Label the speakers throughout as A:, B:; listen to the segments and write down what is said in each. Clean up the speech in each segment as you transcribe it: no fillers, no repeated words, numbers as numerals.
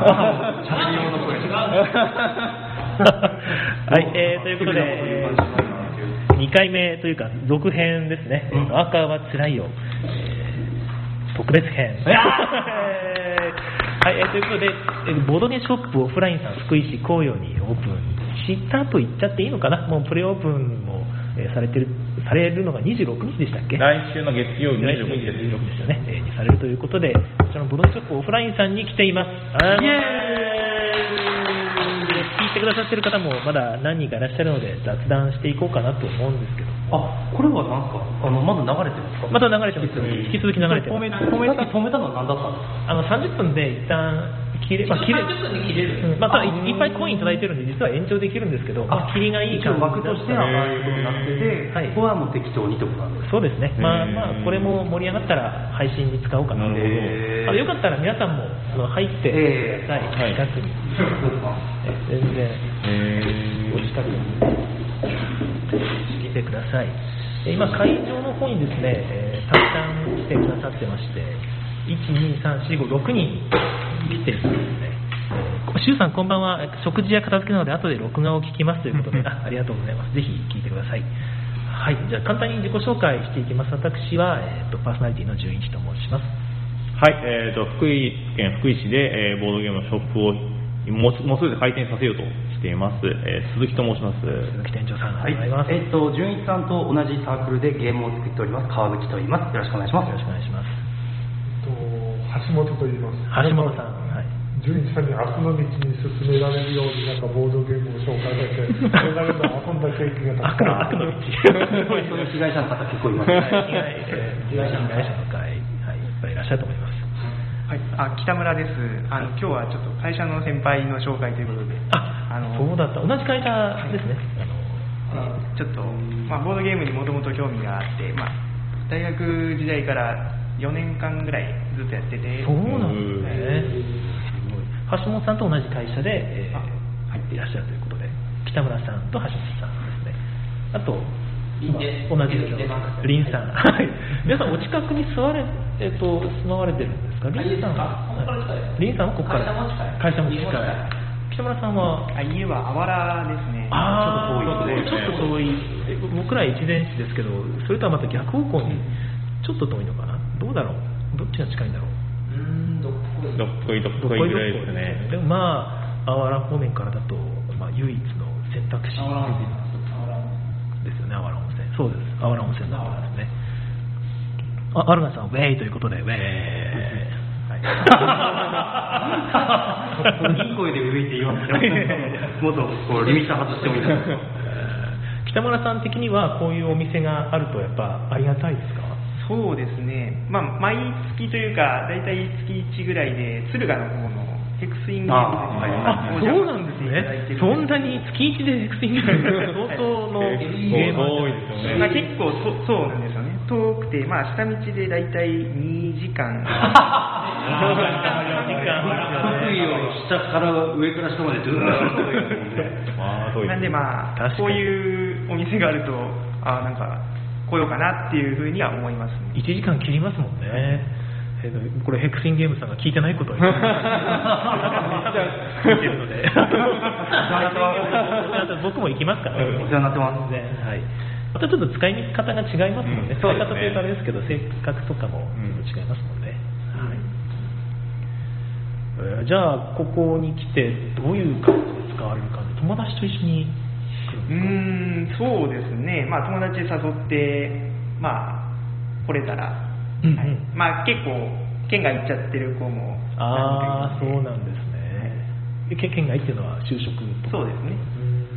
A: しゃべり用の声
B: はい、ということで、2回目というか続編ですね、赤はつらいよ、特別編はい、ということで、ボードゲーショップオフラインさん福井市紅葉にオープンしたと言っちゃっていいのかな。もうプレオープンもされるのが26日でしたっけ。
C: 来週の月曜日
B: 26日ですよね、にされるということで、こちらのボードゲーショップオフラインさんに来ています。イエーイ。聞いてくださってる方もまだ何人かいらっしゃるので雑談していこうかなと思うんですけど。
A: あ、これは何ですか。まだ流れてますか。
B: まだ流れてます。引き続き流れてます。
A: 止めたのは何だったんですか。
B: 30分で一旦切れ、
D: 30分で切れる。
B: ただいっぱいコインいただいてるんで実は延長できるんですけど、切りがいい感じ
A: 枠としてはああいうことになってて、
B: はい、
A: ここはもう適当にということなんです。
B: そうですね。これも盛り上がったら配信に使おうかなと。よかったら皆さんも入ってください。近くに。全然ご自宅に来てください。今会場の方にですね、たくさん来てくださってまして、1,2,3,4,5,6人来てるんですね。シュウさんこんばんは。食事や片付けなので後で録画を聞きますということでありがとうございます。ぜひ聞いてください。はい、じゃあ簡単に自己紹介していきます。私は、パーソナリティの純一と申します。
C: はい、福井県福井市で、ボードゲームのショップをもうすぐ開店させようとしています、鈴木と申します。
B: 鈴木店長さん、
A: はい、純一さんと同じサークルでゲームを作っております川口と言います。よろしくお願いします。
B: よろしくお願いします。
E: 橋本と言います。
B: 橋本さん、はい、
E: 純一さんに悪の道に進められるようにボードゲームを紹介されて、それだけで遊んだ経験がたくさん
B: 悪の道
A: その被害者の方結構いますね。
B: 被害者の会、いっぱいいらっしゃると思います。
F: はい、北村です。今日はちょっと会社の先輩の紹介ということで、
B: そうだった。同じ会社ですね。
F: ちょっと、ボードゲームにもともと興味があって、大学時代から4年間ぐらいずっとやってて。
B: そうなんですね。橋本さんと同じ会社で、入っていらっしゃるということで、北村さんと橋本さんですね。あと同じ林さん、皆さんお近くに住まわれてるんですか。林さんはここから会社も近い。北村さんは
F: 家はあわらですね。
B: ちょっと遠い。僕ら一前市ですけど、それとはまた逆方向にちょっと遠いのかな。どうだろう。どっちが近いんだろう。
C: どっこいぐらいですね。
B: でもあわら方面からだと唯一の選択肢ですよね。あわら温泉。そうです。あわら温泉のあわらですね。アルガさんウェイということでウェイ。
A: いい声で上って言われてもっとリミッター外してもいいですか。
B: 北村さん的にはこういうお店があるとやっぱありがたいですか。
F: そうですね、毎月というか大体月1ぐらいで敦賀の方のヘクスインゲーム
B: そうなんですね。そんなに月1でヘクスインゲーム相当のゲーム
C: 多いですよね。
F: 結構そうなんですよね。遠くて下道で大体2時間
A: 福井を下から上から下までずっと
F: なんでこういうお店があるとなんか来ようかなっていうふうには思いますね。
B: 1時間切りますもんね。これヘクスインゲームさんが聞いてないことは聞いてるので僕も行きますから、
A: お世話になってます。
B: またちょっと使い方が違いますもんね。使い方というとあれですけど性格とかも違いますもんね。じゃあここに来てどういう感じで使われるか。友達と一緒に
F: そうですね。友達誘って来れたら、結構県外行っちゃってる子も
B: そうなんですね。県外っていうのは就職とか。
F: そうですね。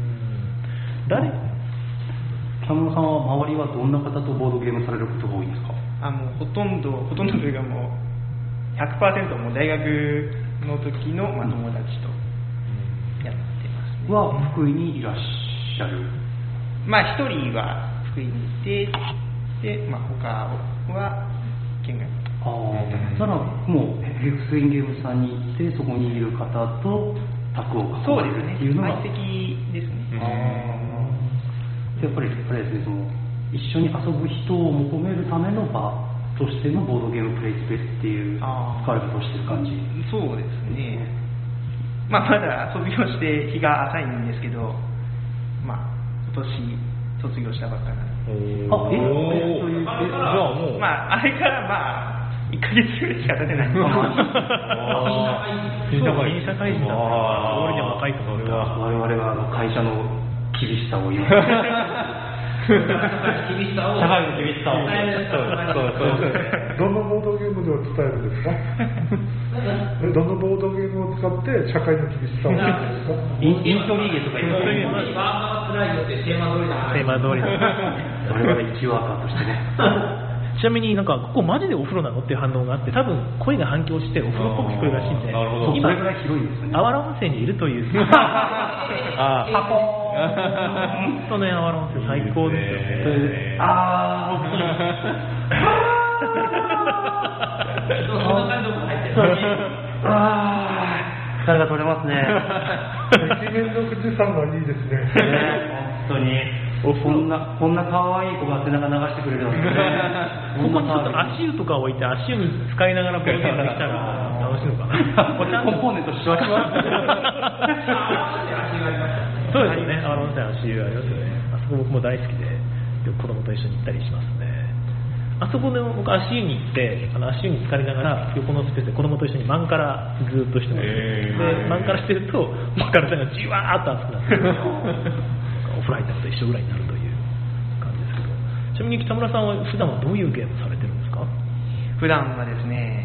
A: 北村さんは周りはどんな方とボードゲームされることが多いんですか。
F: もうほとんどというかもう 100% もう大学の時の友達とやってますね。
A: は福井にいらっしゃる。
F: 一人は福井にいて、で他は県外。
A: ただもうヘクスインゲームさんに行ってそこにいる方とタッグを囲まれるっていうのが
F: 相席ですね。
A: やっぱりあれですね、一緒に遊ぶ人を求めるための場としてのボードゲームプレイスペースっていう使われ方をしてる感じ。
F: そうですね。 まだ卒業して日が浅いんですけど、今年卒業したばっかりなんで。
C: じゃあもう
F: あれから1ヶ月ぐらいしか経ってないんです。
B: 新社会人だったら俺でも若いと思う。
A: 我々は会社の厳しさを言う。
D: 社会の厳しさを。
E: どのボードゲームでは伝えるんですか？どのボードゲームを使って社会の厳しさを言うんですか？
A: イントリーゲとか言う。
D: バーガーつらいよってテーマ通りだ。
B: テーマ通りだ。
A: 我々一ワーカーとしてね。
B: ちなみにここマジでお風呂なのっていう反応があって、多分声が反響してお風呂っぽく聞こえるらしいんで、
C: なるほど。
B: 今
A: それぐらい広いんですよね。
B: あわら温泉にいるという。本当ね、あわら温泉最高ですよね。
A: 疲れが取れますね。
E: 一面の富士山がいいですね。
A: 本当に。こんな可愛い子が背中流してくれるのね。
B: ここにちょっと足湯とか置いて、足湯に使いながらボードゲームできたら楽しいのかな。
A: コンポーネントシワシワ。
B: そうですよね。あわら温泉足湯ありますよね。あそこ僕も大好きで、子供と一緒に行ったりしますね。あそこで僕足湯に行って、足湯に浸かりながら横のスペースで子供と一緒にマンカラずっとしてます。でマンカラしてると体がじわーっと熱くなってお風呂入ったのと一緒ぐらいになるという感じですけど。ちなみに北村さんは普段はどういうゲームされてるんですか？
F: 普段はですね、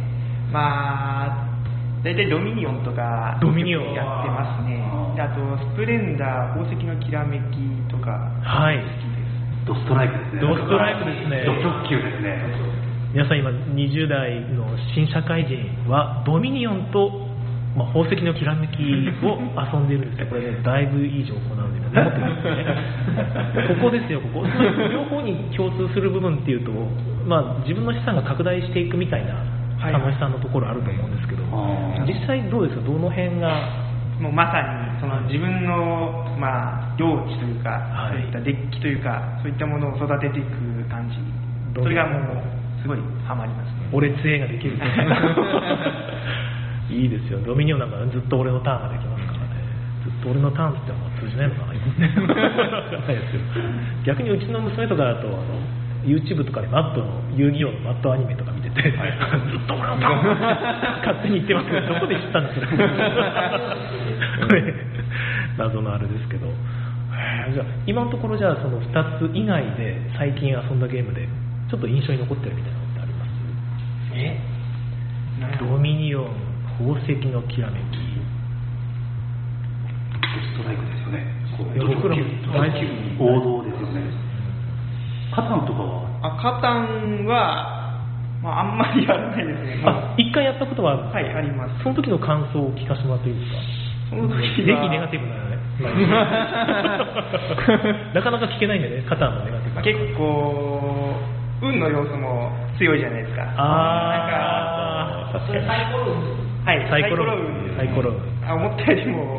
F: 大体ドミニオンとか
B: ドミニオン
F: やってますね。であとスプレンダー、宝石のきらめきとか
B: はい。
F: 好きです。
A: ドストライクですね。
B: ドストライクですね。
A: ド直球ですね。
B: 皆さん今20代の新社会人はドミニオンと、宝石のきらめきを遊んでいるんですよ。これね、だいぶいい情報なので持ってるんですね。ここですよ、ここ。両方に共通する部分っていうと、自分の資産が拡大していくみたいな楽しさのところあると思うんですけど、実際どうですか？どの辺が
F: もうまさにその自分の領地というか、そういったデッキというか、そういったものを育てていく感じ、それがもうすごいハマりますね。
B: 俺杖ができるいいですよ。ドミニオンなんかずっと俺のターンができますからね。ずっと俺のターンって言っても通じないのかなないですよ。逆にうちの娘とかだとYouTube とかでマットの遊戯王のマットアニメとか見てて、ずっと俺のターン勝手に言ってますけど、どこで知ったんですか謎のあれですけど。じゃあ今のところじゃあその2つ以外で最近遊んだゲームでちょっと印象に残ってるみたいなのってあります？ドミニオン、宝石のきらめき。
A: ドストライクですよね。
B: 僕らも大好き。
A: 王道ですよね。カタンとかは？
F: カタンは、あんまりやらないですね。
B: 一回やったことはあるんですか？
F: はい、あります。
B: その時の感想を聞かせてもらっていいですか？
F: その時は
B: ぜひネガティブなのね。なかなか聞けないんでね、カタンのネガティブ。
F: 結構運の要素も強いじゃないですか。
B: 確かに。
D: サイコロ運。
F: はい、
B: サイコロ運。サイコロ運。
F: 思ったよりも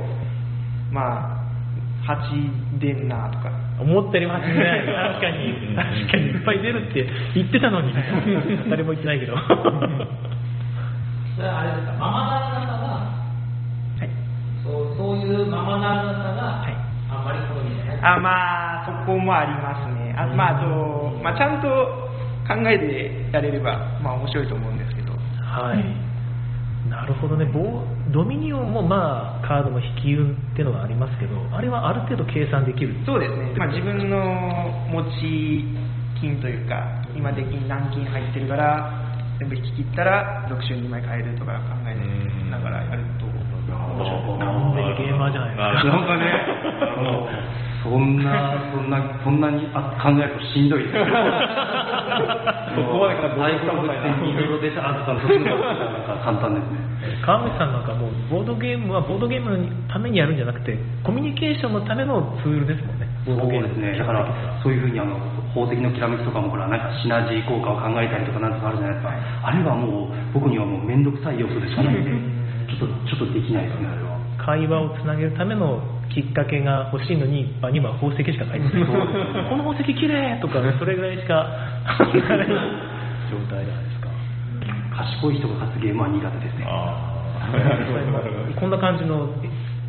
F: 8出んなとか。
B: 思ったよりも8出ない。確かにいっぱい出るって言ってたのに誰も言ってないけど。
D: それはあれですか、ママならなさが、
F: はい、
D: そういうママならなさが、
F: はい、
D: あんまり好みじゃない。
F: そこもありますね。あとちゃんと考えてやれれば面白いと思うんですけど。
B: はい。なるほどね。ドミニオンもカードの引き運っていうのがありますけど、あれはある程度計算できる。
F: そうですね。自分の持ち金というか、今的に何金入ってるから全部引き切ったら6週2枚買えるとか考えながらやると面白い。
B: 完全にゲーマーじゃないですか。
A: なんかね、そんなに考えるとしんどいですよ。そこまでサイコロ振っていろいろ出たとかそういうのが簡単ですね。
B: 川口さんなんかもうボードゲームはボードゲームのためにやるんじゃなくてコミュニケーションのためのツールですもんね。
A: そうですね。だからそういうふうに宝石のきらめきとかもなんかシナジー効果を考えたりとかなんとかあるじゃないですか。あれはもう僕にはもう面倒くさい要素でしかないんでちょっとできないですね。あれは
B: 会話をつなげるためのきっかけが欲しいのに場には宝石しか書いてない。この宝石きれいとかそれぐらいしか考えられない状態じゃないですか。
A: 賢い人が勝つゲームは苦手ですね。
B: こんな感じの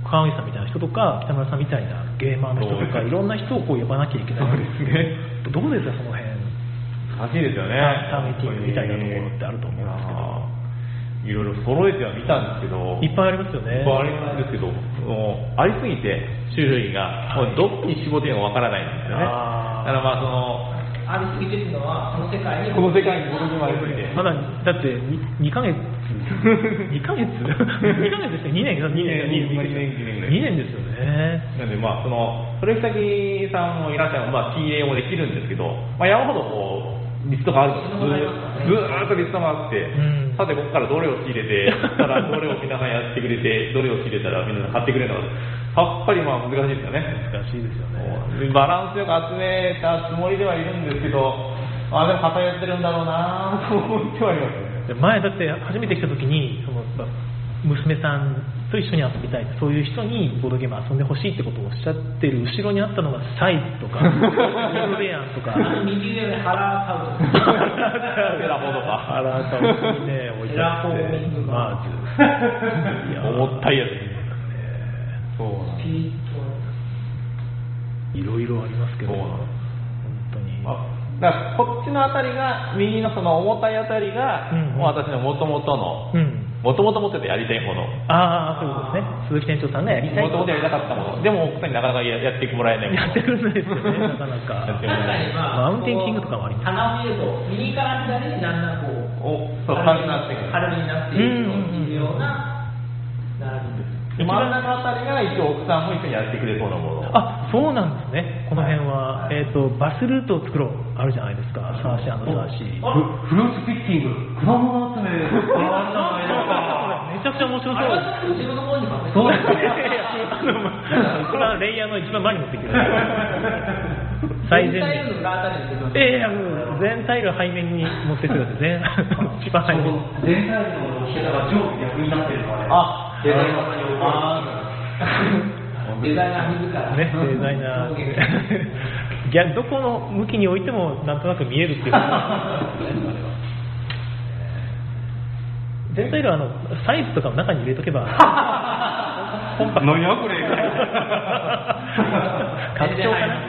B: 川口さんみたいな人とか北村さんみたいなゲーマーの人とかいろんな人をこう呼ばなきゃいけない。
C: そうですね。
B: どうですかその辺。
C: 難しいですよね。
B: ターゲティングみたいなところってあると思うんですけど。
C: いろいろ揃えては見たんですけど、
B: いっぱいありますよね。
C: いっぱいありますけど、ありすぎて種類が、もうどこに絞っていいのかわからないんですよね。だからまあその
D: ありすぎてっていうのはこの世界に
C: ボードゲームありすぎて、
B: まだだって2ヶ月2ヶ月2ヶ月ですね。2年ですよね。
C: なんでまあその取引先さんもいらっしゃる、まあ仕入れもできるんですけど、まあ山ほどこうリストがあるんです。ずーっとリストがあって、さてここからどれを仕入れて、たらどれを皆さんやってくれて、どれを仕入れたら皆さん買ってくれるのか、さっぱりまあ難しいですよね。
B: 難しいですよね。
C: バランスよく集めたつもりではいるんですけど、でも偏ってるんだろうなと思ってはいますね。
B: 前だって初めて来た時にその娘さんと一緒に遊びたい、そういう人にボードゲーム遊んでほしいってことをおっしゃってる後ろにあったのがサイズとかミドレアンとか
D: 右上にハラータウト
C: エラボとか
B: ハラータウトにね置いてあってまず
C: 重たいやつですね。そうなんです。
B: いろいろありますけど本当に
C: だからこっちのあたりが右のその重たいあたりが、もう私のもともとのもともと持っててやりたいもの、
B: ああそういうことですね。鈴木店長さんがやりたい
C: もともとやりたかったもの、でも奥さんになかなかやってもらえないもの、
B: やってくれないですよねなかなか
C: やってもらえない。
B: マウンテンキングとかもあります。
D: 棚を見ると右から左にだんだんこう
C: そう軽くなっていく、
D: 軽になっていくというような並びです。
C: 真ん中あたりが一応奥さんも一緒にやってくれそうなもの。
B: あ、そうなんですね。この辺は、バスルートを作ろうあるじゃないですか。サーシー&サーシー。
A: フルーツピッキング、果物集め、あるじゃないですか。
B: めちゃくちゃ面白そう。
D: 自分の方にも
A: そうですね。
B: 一番レイヤーの一番前に持ってきてる。最前
D: 全体の裏あたりに出てます。
B: もう全タイル背面に持ってくるんで一番背面。
A: 全体の大きさが上下逆になってるのはね。デザイナーさんに怒
D: デザイナー自ら
B: ね、デザイナーどこの向きに置いてもなんとなく見えるっていう全体のサイズとかも中に入れとけばコンパクト。
A: 何やこれ
B: 拡張かな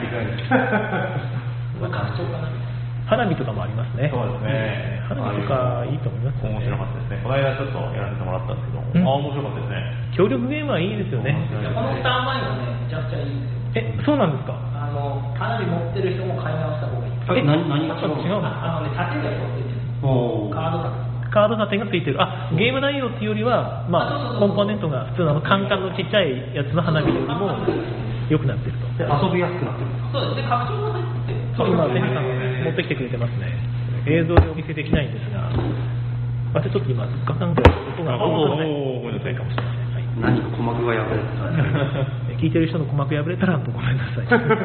D: 拡張かな。
B: 花火とかもありますね。
C: そうですね。
B: 花火とかいいと思いますよね。
C: 面白かったですね。この間ちょっとやらせてもらったんですけど、面白かったですね。
B: 協力ゲームはいいですよね。
D: このスタンバイがね、めちゃくちゃいいんですよ。
B: そうなんですか。
D: 花火持ってる人も買い直した方がいい。
B: 何が
A: 違うの？
D: 盾がついてる。カード盾がついてる。
B: ゲーム内容っていうよりは、コンポーネントが普通のカンカンのちっちゃいやつの花火よりも良くなってると。
A: 遊びやすくなってる。
D: そうですね。拡張が入ってる。
B: 今テニさんが持ってきてくれてますね。映像でお見せできないんですが、私ちょっと今ガタンと音が
C: ごめんなさい
B: かもしれません。
A: 何か鼓膜が破れた。
B: 聞いてる人の鼓膜破れたらごめんなさい。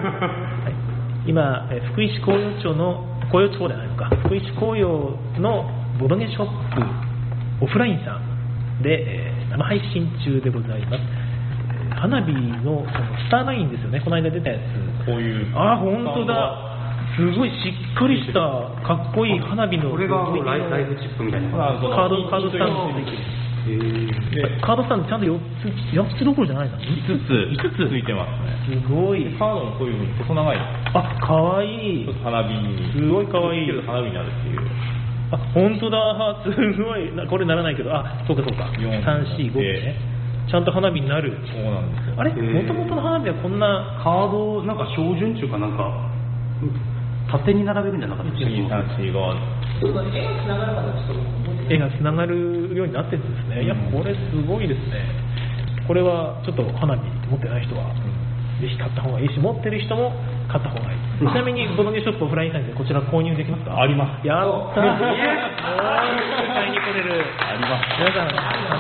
B: 今福井市紅葉町の紅葉町ではないのか、福井市紅葉のボドゲショップオフラインさんで、生配信中でございます。花火のスターラインですよね。この間出たやつ。
C: こういう。
B: 本当だ。すごいしっかりしたかっこいい花火の。
A: これがライブチップみたいな。
B: カードスタンドでできる。カードスタンドちゃんと4つどころじゃないの？5つ
C: ついてますね。
B: すごい。
C: カードもこういうふうに細長い。
B: かわいい。
C: 花火に。
B: すごいかわいい。
C: 花火になるっていう。
B: 本当だ。すごい。これならないけど、そうか。3、4、5でね。ちゃんと花火になる。
C: そうなんですよ。
B: あれ、もともとの花火はこんな
A: カードなんか照準中かなんか縦に並べるんじゃなかったですか。
C: 1、2、3、4、5。
B: 絵がつながるようになってるんですね。いや、これすごいですね。これはちょっと花火持ってない人はぜひ買った方がいいし、持ってる人も買った方がいい。ちなみにボドゲショップオフラインサイトでこちら購入できますか？
C: あります。
B: やったー。買いに来れる。
C: あります。
B: 皆さん、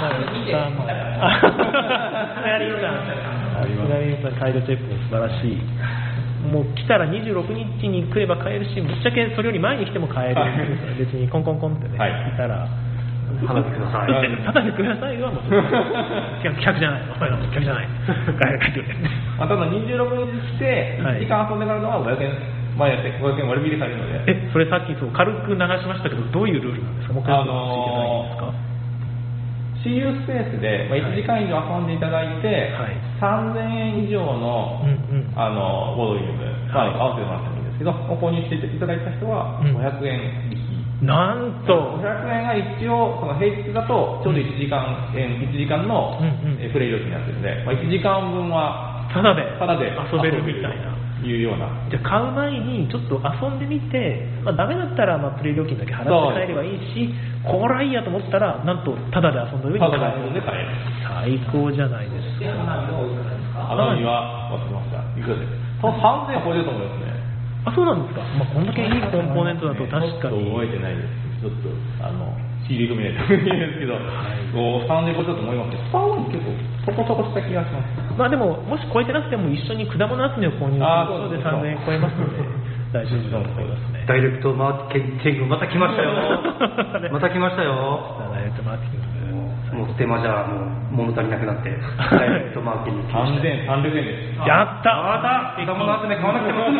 B: カイドチェックも素晴らしい。もう来たら26日に来れば買えるし、ぶっちゃけそれより前に来ても買える。別にコンコンコンってね、来たら
A: 花火ください。
B: ただでくださいはもう客じゃない。客じゃない。帰ってくれ。
C: ただ26日来て1時間遊んでからのは500円毎朝500円割引されるので。
B: それさっき軽く流しましたけど、どういうルールなんですか？もう一回教えていただけますか？
C: 私有スペースで、1時間以上遊んでいただいて、3000円以上の、ボードゲーム、合わせてもらってもいいんですけど、購入していただいた人は500円引き。
B: なんと
C: 500円が一応その平日だとちょうど1時間のプレイ料金になってるので、1時間分は
B: タダで
C: 遊べるみたいないうような。
B: じゃあ買う前にちょっと遊んでみて、ダメだったらプレイ料金だけ払って帰ればいいし、これはいいやと思ったらなんとタダで遊んだ上に買える。最高じゃないですか。
C: 奄美は忘れました。いくらですか？3000円超えると思いますね。
B: そうなんですか。こんだけいいコンポーネントだと確かに。
C: 覚えてないです。ちょっと仕入れ止めないといけないですけど、3000円超えたと思いますけど、スターウォーズ結構そこそこした気がします。
B: でももし超えてなくても一緒に果物集めを購入することで3000円超えますので大丈夫だと思いますね。
A: ダイレクトマーケティングまた来ましたよ。また来ましたよ。
B: ダイレクトマーケティング。
A: もう手間じゃもう物足りなくなってダイレクトマーケティング
C: 3300円です。
B: やった
A: 果物集め買わなくても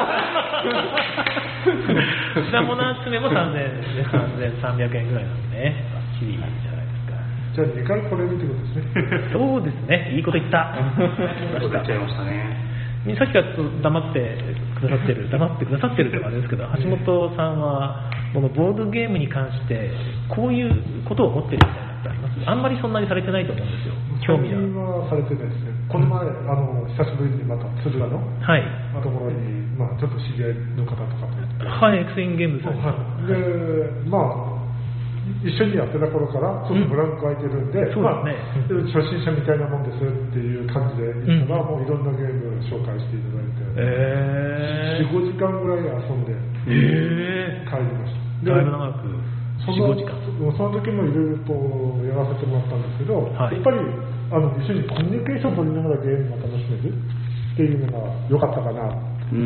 B: 果物集めも3300円ぐらいなんでね、バッチリじゃないですか。
E: じゃあ2回来れるってことですね。
B: そうですね、いいこと言った。
A: 言っちゃいましたね。
B: さっきから黙ってくださってるとかあれですけど、橋本さんはこのボードゲームに関してこういうことを思ってるみたいなのってあります？あんまりそんなにされてないと思うんですよ。興味
E: はされてないですね。この前久しぶりにまた敦賀のところにちょっと知り合いの方とかと
B: 行って、X インゲームさん
E: で一緒にやってた頃からちょっとブランク空いてるんで、初心者みたいなもんですっていう感じで言ったら、もういろんなゲームを紹介していただいて、4、5時間ぐらい遊んで帰りました。
B: だいぶ長く4、5時間。
E: その時もいろいろとやらせてもらったんですけど、やっぱり一緒にコミュニケーション取りながらゲームを楽しめるっていうのが良かったかな。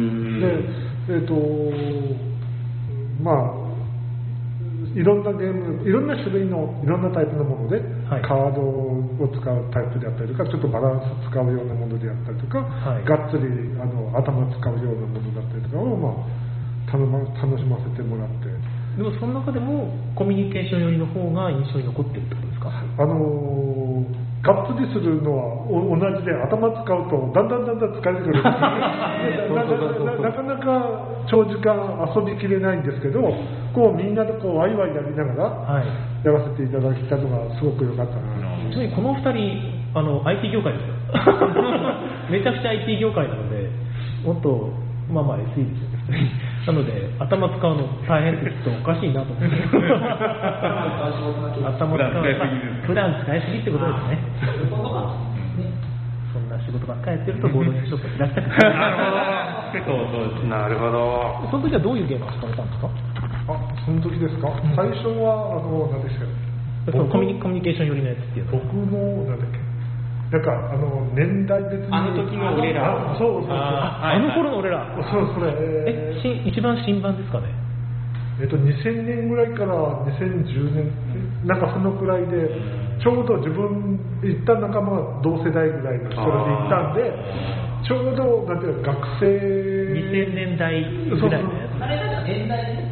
E: いろんなゲーム、いろんな種類のいろんなタイプのもので、カードを使うタイプであったりとか、ちょっとバランス使うようなものであったりとか、がっつり頭使うようなものだったりとかを、楽しませてもらって。
B: でもその中でもコミュニケーション寄りの方が印象に残ってるってことですか？
E: がっつりするのは同じで、頭使うとだんだん疲れてくるなかなか長時間遊びきれないんですけど、みんなでワイワイやりながらやらせていただきたのがすごく良かったな。
B: ちなみにこの2人IT 業界ですよめちゃくちゃ IT 業界なので、もっとSE ですよねなので頭使うの大変ってちょっとおかしいなと思って頭使う普段使いすぎってことですねそんな仕事ばっかりやってるとボードゲームショップにいらっしゃる
A: なるほど。
B: その時はどういうゲームをされたんですか？
E: その時ですか、最初は何でしたっけ、
B: コミュニケーション寄りのやつっていうの
E: 僕もなんだっけ、年代別に
F: 時の俺ら、
E: そう
B: の頃の俺ら、
E: それ
B: 一番新版ですかね。
E: 2000年ぐらいから2010年そのくらいで、ちょうど自分行った仲間が同世代ぐらいの人で行ったんで、ちょうど学生
B: 2000年代ぐらいのやつ。
D: あれ年代で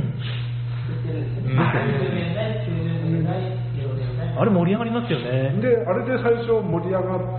D: 80年代、90年代、
B: あれ盛り上がりますよね。
E: で、あれで最初盛り上がって、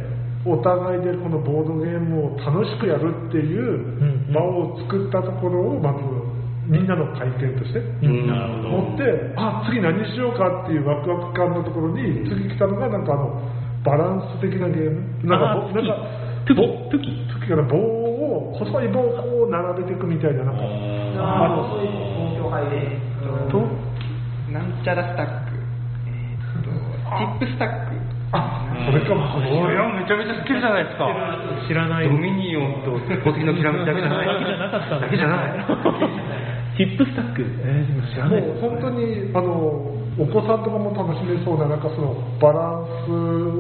E: お互いでこのボードゲームを楽しくやるっていう場を作ったところをまずみんなの体験として持って、次何しようかっていうワクワク感のところに次来たのがバランス的なゲーム、
B: トゥキ
E: から棒を細い棒を並べていくみたいな
D: そういう音響配で
F: なんちゃらスタック、チップスタック。
E: それかも。
A: めちゃめちゃ好きじゃないですか。
B: 知らない。
A: ドミニオンと宝石のきらめきだけじゃない。だけじゃない。
B: チップスタック。知らない。
E: もう本当にお子さんとかも楽しめそうなそのバランス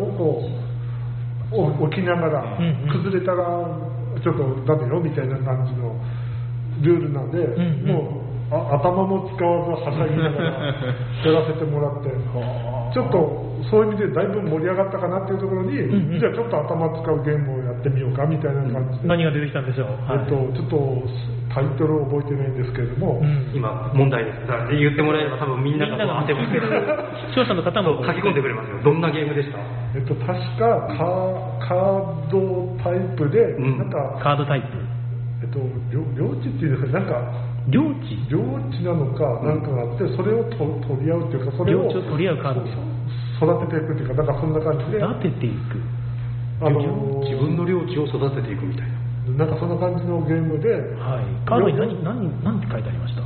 E: を置きながら、崩れたらちょっとダメよみたいな感じのルールなんで、もう頭も使わずはしゃぎながらやらせてもらって、ちょっとそういう意味でだいぶ盛り上がったかなっていうところに、じゃあちょっと頭使うゲームをやってみようかみたいな感じで、
B: 何が出てきたんでしょう。
E: ちょっとタイトルを覚えてないんですけれども、
A: 今問題です。だから言ってもらえれば多分みんなが当てますけど、
B: 視聴者の方も
A: 書き込んでくれますよ。どんなゲームでした？
E: 確かカードタイプで、なんか
B: カードタイプ、
E: 領地っていうんですか、なんか
B: 領地
E: なのかなんかがあって、それを取り合うっていうか、それを
B: 領地を取り合うカード、
E: 育てていくっていうか、なんかそんな感じで
B: 育てていく、
A: 自分の領地を育てていくみたいな、
E: なんかそんな感じのゲームで、
B: カードに何て書いてありました？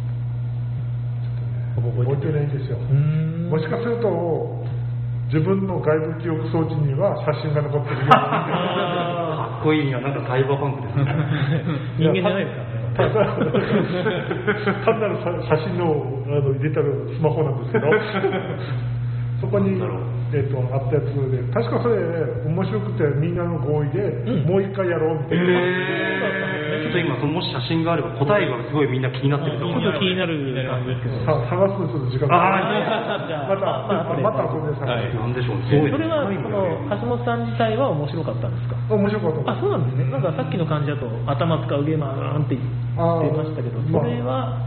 E: 覚えてないんですよ。もしかすると自分の外部記憶装置には写真が残ってるような
A: かっこいいな、なんかサイバーパンクですね。
B: 人間じゃないですからね。
E: 単なる写真の入れたるスマホなんですけど、そこに、あったやつで、確かそれ面白くてみんなの合意で、もう一回やろうみたいな。
A: ちょっと今もし写真があれば答えがすごいみんな気になってると思う。
B: ちょっと気になる感じですけど。
E: 探すのちょっと時間かかる。また後で探す。
A: なんでしょうね。
B: それは橋本さん自体は面白かったんですか？
E: 面白かった。
B: そうなんですね。なんかさっきの感じだと頭使うゲーマーって言ってましたけど、それは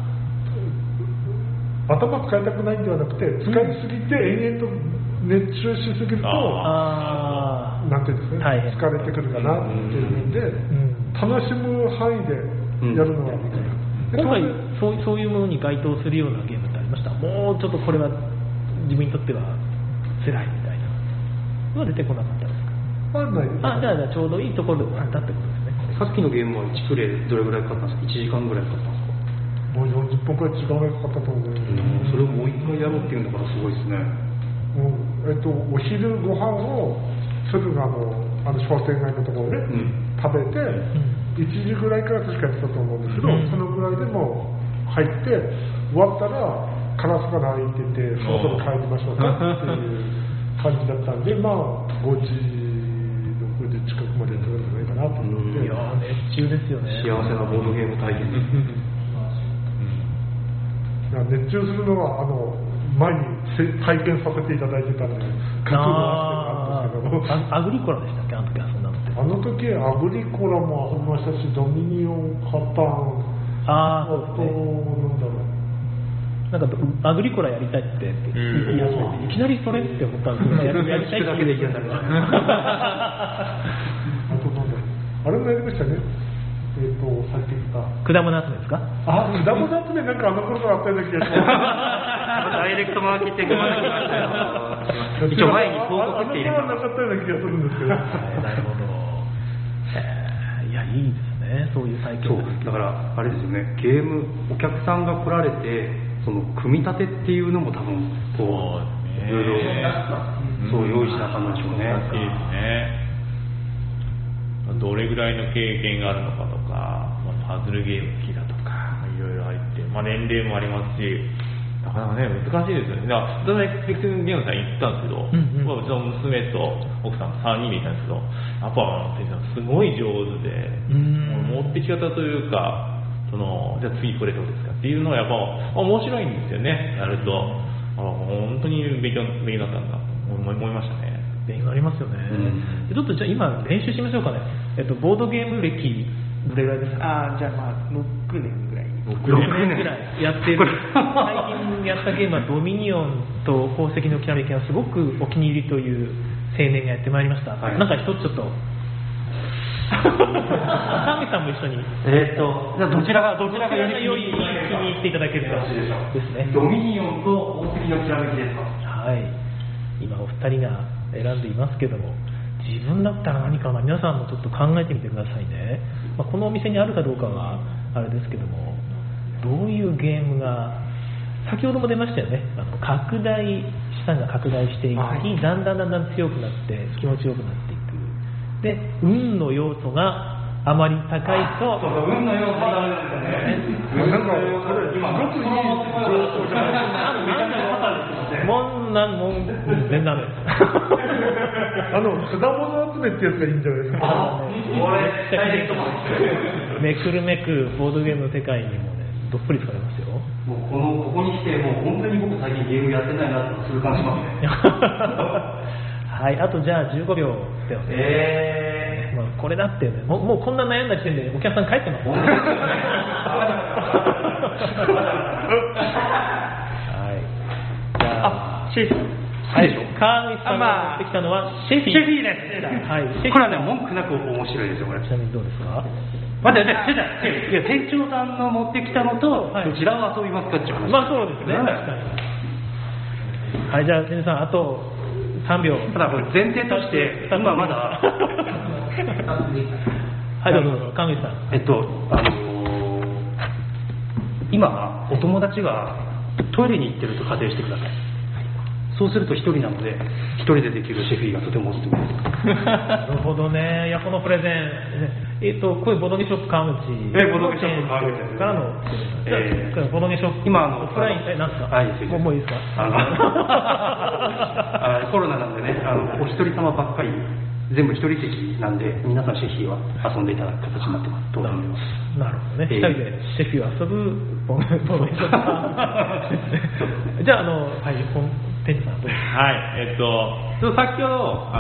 E: 頭使いたくないんではなくて、使いすぎて延々と熱中しすぎると、なんていうんですかね、疲れてくるかなっていうので、楽しむ範囲でやるのがいいかな。
B: 今回そういうものに該当するようなゲームってありました？もうちょっとこれは自分にとっては辛いみたいなのは出てこなかったですか？
E: ない。
B: じゃあちょうどいいところで終わったってことですね。
A: さっきのゲームは1プレイどれぐらいかかったんですか？1時間ぐらいかかったんですか？
E: もう40分くらい時間がかかったと思う。
A: それをもう一回やろうっていうんだからすごいですね。
E: お昼ご飯を鶴が商店街のところで食べて、1時ぐらいから確かやってたと思うんですけど、そのぐらいでも入って終わったらカラスが鳴いてて、そろそろ帰りましょうかっていう感じだったんで、5時6時近くまでやってたんじゃないかなと思って。
B: いや熱中ですよね。
A: 幸せなボードゲーム体験です。
E: 熱中するのは前に体験させていただいてたんで、覚悟はしてたんですけど、
B: アグリコラでしたっけ、あの時遊んだのって。
E: あの時アグリコラも遊びましたし、ドミニオン、カタン、
B: そうですね。なんかアグリコラやりたいって言い始めて、いきなりそれって思ったんですけど、やりたいって
A: だけでいいやつだ
E: あれもやりましたね。さっき言った
B: 果物集めですか？
E: 果物集め、なんか頃からあったような気がします。
A: ダイレクトマーケティングまで来ましたよ。一応前に広告って入れた。
E: なかったような気がするんですけど。
B: なるほど。いや、いいですね、そういう体験。
A: だからあれですよね、ゲームお客さんが来られて、その組み立てっていうのも多分こういろいろそう用意しなかったんでしょうね。
C: 難しいですね。どれぐらいの経験があるのかとか、パズルゲーム好きだとか、いろいろ入って、年齢もありますし、なかなかね、難しいですよね。だから、エクセンゲームさん行ったんですけど、うちの娘と奥さん3人で行ったんですけど、やっぱ店長すごい上手で、持ってき方というか、じゃあ次これどうですかっていうのはやっぱ面白いんですよね、やると。本当に勉強になったんだと思いましたね。
B: 勉強になりますよね。ちょっとじゃあ今練習しましょうかね。ボードゲーム歴どれぐらいですか？
F: じゃあ6年ぐらい。
B: 6年ぐらいやってる。最近やったゲームはドミニオンと宝石のきらめきがすごくお気に入りという青年がやってまいりました。なんか一つちょっと神さんも一緒に。
A: じゃあどちらがより
B: 気に入っていただけるかですね。
A: ドミニオンと宝石のきらめきですか？
B: はい。今お二人が選んでいますけども、自分だったら何かな、皆さんもちょっと考えてみてくださいね。このお店にあるかどうかはあれですけども、どういうゲームが先ほども出ましたよね。拡大資産が拡大していき、だんだん強くなって気持ちよくなっていく。で、運の要素があまり高いと、
A: 運の要素がダメですよね。
E: なんかこれすごくいい情報じゃないですか。
B: 全然ダメです。
E: 果物集めってやつがいいんじゃないですか。
B: めくるめくボードゲームの世界にもね、どっぷり使いますよ。
A: もうここに来て、もう本当に僕最近ゲームやってないなって痛感しますね。
B: はい、あとじゃあ15秒だよね。まあ、これだってね、もうこんな悩んだ時点でお客さん帰ってます。はい。じゃあ、
F: シェフ。
B: はい、川口さんが持ってきたのはシェフィーです。はい、
A: これはね、文句なく面白いですよ、これ。
B: ちなみにどうですか？
A: 待って、いや、店長さんの持ってきたのと、どちらを遊びますかっていう話。
B: まあそうですね、確かに。はい、じゃあ、皆さん、あと3秒。
A: ただ、これ前提として、今まだ。は
B: い、どうぞ、川口さん。
A: 今、お友達がトイレに行ってると仮定してください。そうすると一人なので、一人でできるシェフィーがとてもおすすめです。
B: なるほどね。いや、このプレゼン、こういうボドゲショップ川口。
A: ボドゲショップ川口
B: からの、ボドゲショップ。
A: 今、
B: オフライン、なんですか？
A: はい、
B: もういいですか？
A: コロナなんでね、お一人様ばっかり、全部一人席なんで、皆さんシェフィーは遊んでいただく形になってます。と思います。
B: なるほどね。二人でシェフィーを遊ぶボドゲショップ。じゃあ、はい、店長さんどうですか？
C: はい、先ほど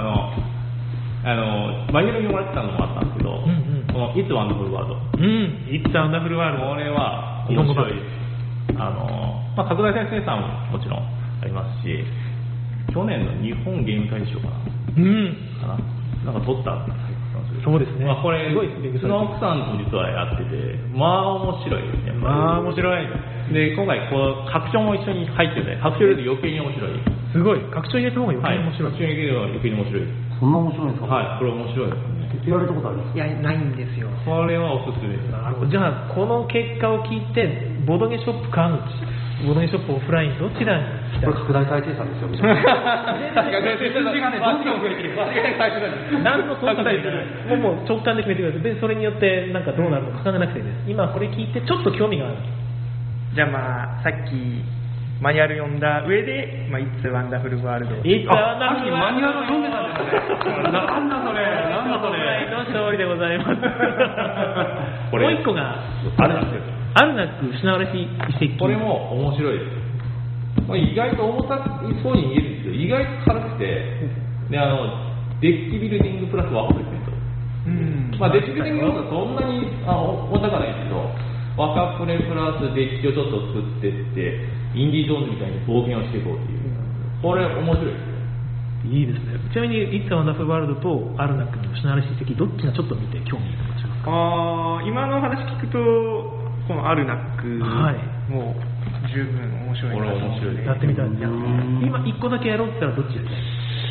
C: マニュアルにもらってたのもあったんですけど、この It's Wonderful World。
B: It's Wonderful World。
C: これは面白いです。拡大再生産ももちろんありますし、去年の日本ゲーム大賞かな。なんか取った。
B: そうですね。
C: これ、うちの奥さんと実はやってて、まあ面白いですね。
B: まあ面白い。
C: で、今回拡張も一緒に入ってて、拡張入れると余計に面白い。
B: すごい。拡張入れた方が余計に面白い。
C: 拡張入れると余計に面白い。
A: そんな面白いんですか？
C: はい、これ面白いですね。
A: やられたことあるんですか？
F: いや、ないんですよ。
C: これはおすすめです。
B: なるほど。じゃあ、この結果を聞いて、ボドゲショップ川口、ボドゲショップオフライン、どちらに来た？
A: これ拡大再生産ですよ。数字がね、どんどん増えてる。
B: 何の相関ももう直感で決めてください。で、それによってなんかどうなるのか考えなくていいです。今これ聞いてちょっと興味がある。
F: じゃあまあ、さっきマニュアル読んだ上で、It's Wonderful World。
A: さっきマニュアルを読んでたんですね。なんだそれ。
B: の勝利でございます。もう一個があるなく失われし遺跡。
C: これも面白いです。意外と重たそうに見えるんですけど、意外と軽くて、でデッキビルディングプラスワークですねと。デッキビルディング要素はそんなに重たくないですけど、ワカプレプラスデッキをちょっと作ってって、インディ・ジョーンズみたいに冒険をしていこうっていう。これ面白いですね。
B: いいですね。ちなみに「It's a Wonderful World」と「アルナックの失われし遺跡」どっちがちょっと見て興味が持ちますか？
F: 今の話聞くとこのアルナックもう十分面白いなと思って、
B: やってみたい。今1個だけやろうって言ったらどっちやりたい？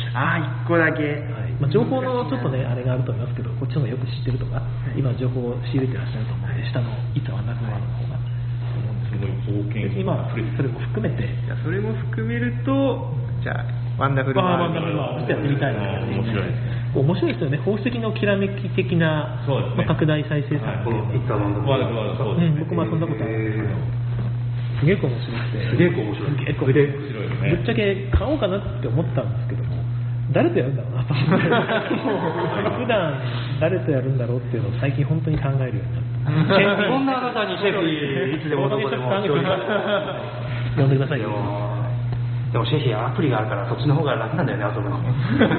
F: 1個だけ、
B: 情報のちょっとねあれがあると思いますけど、こっちの方がよく知ってるとか、今情報を仕入れてらっしゃると思うので、下の「It's a Wonderful World」の方が今それも含めて、
F: じゃあそれも含めると、じゃあワンダフルワールド
B: やってみたいな。
C: 面白い
B: ですよね。宝石のきらめき的な、拡大再生産っていうの。僕も遊んだことあるんですけど、すげえ面白くて、ぶっちゃけ買おうかなって思ったんですけども、誰とやるんだろうなと思って、普段誰とやるんだろうっていうのを最近本当に考えるようになった。
A: こんなあなたにシェフィーいつでもどこでも
B: 呼んでくださいよ。
A: でもシェフィーアプリがあるからそっちの方が楽なんだよね、遊ぶの。勝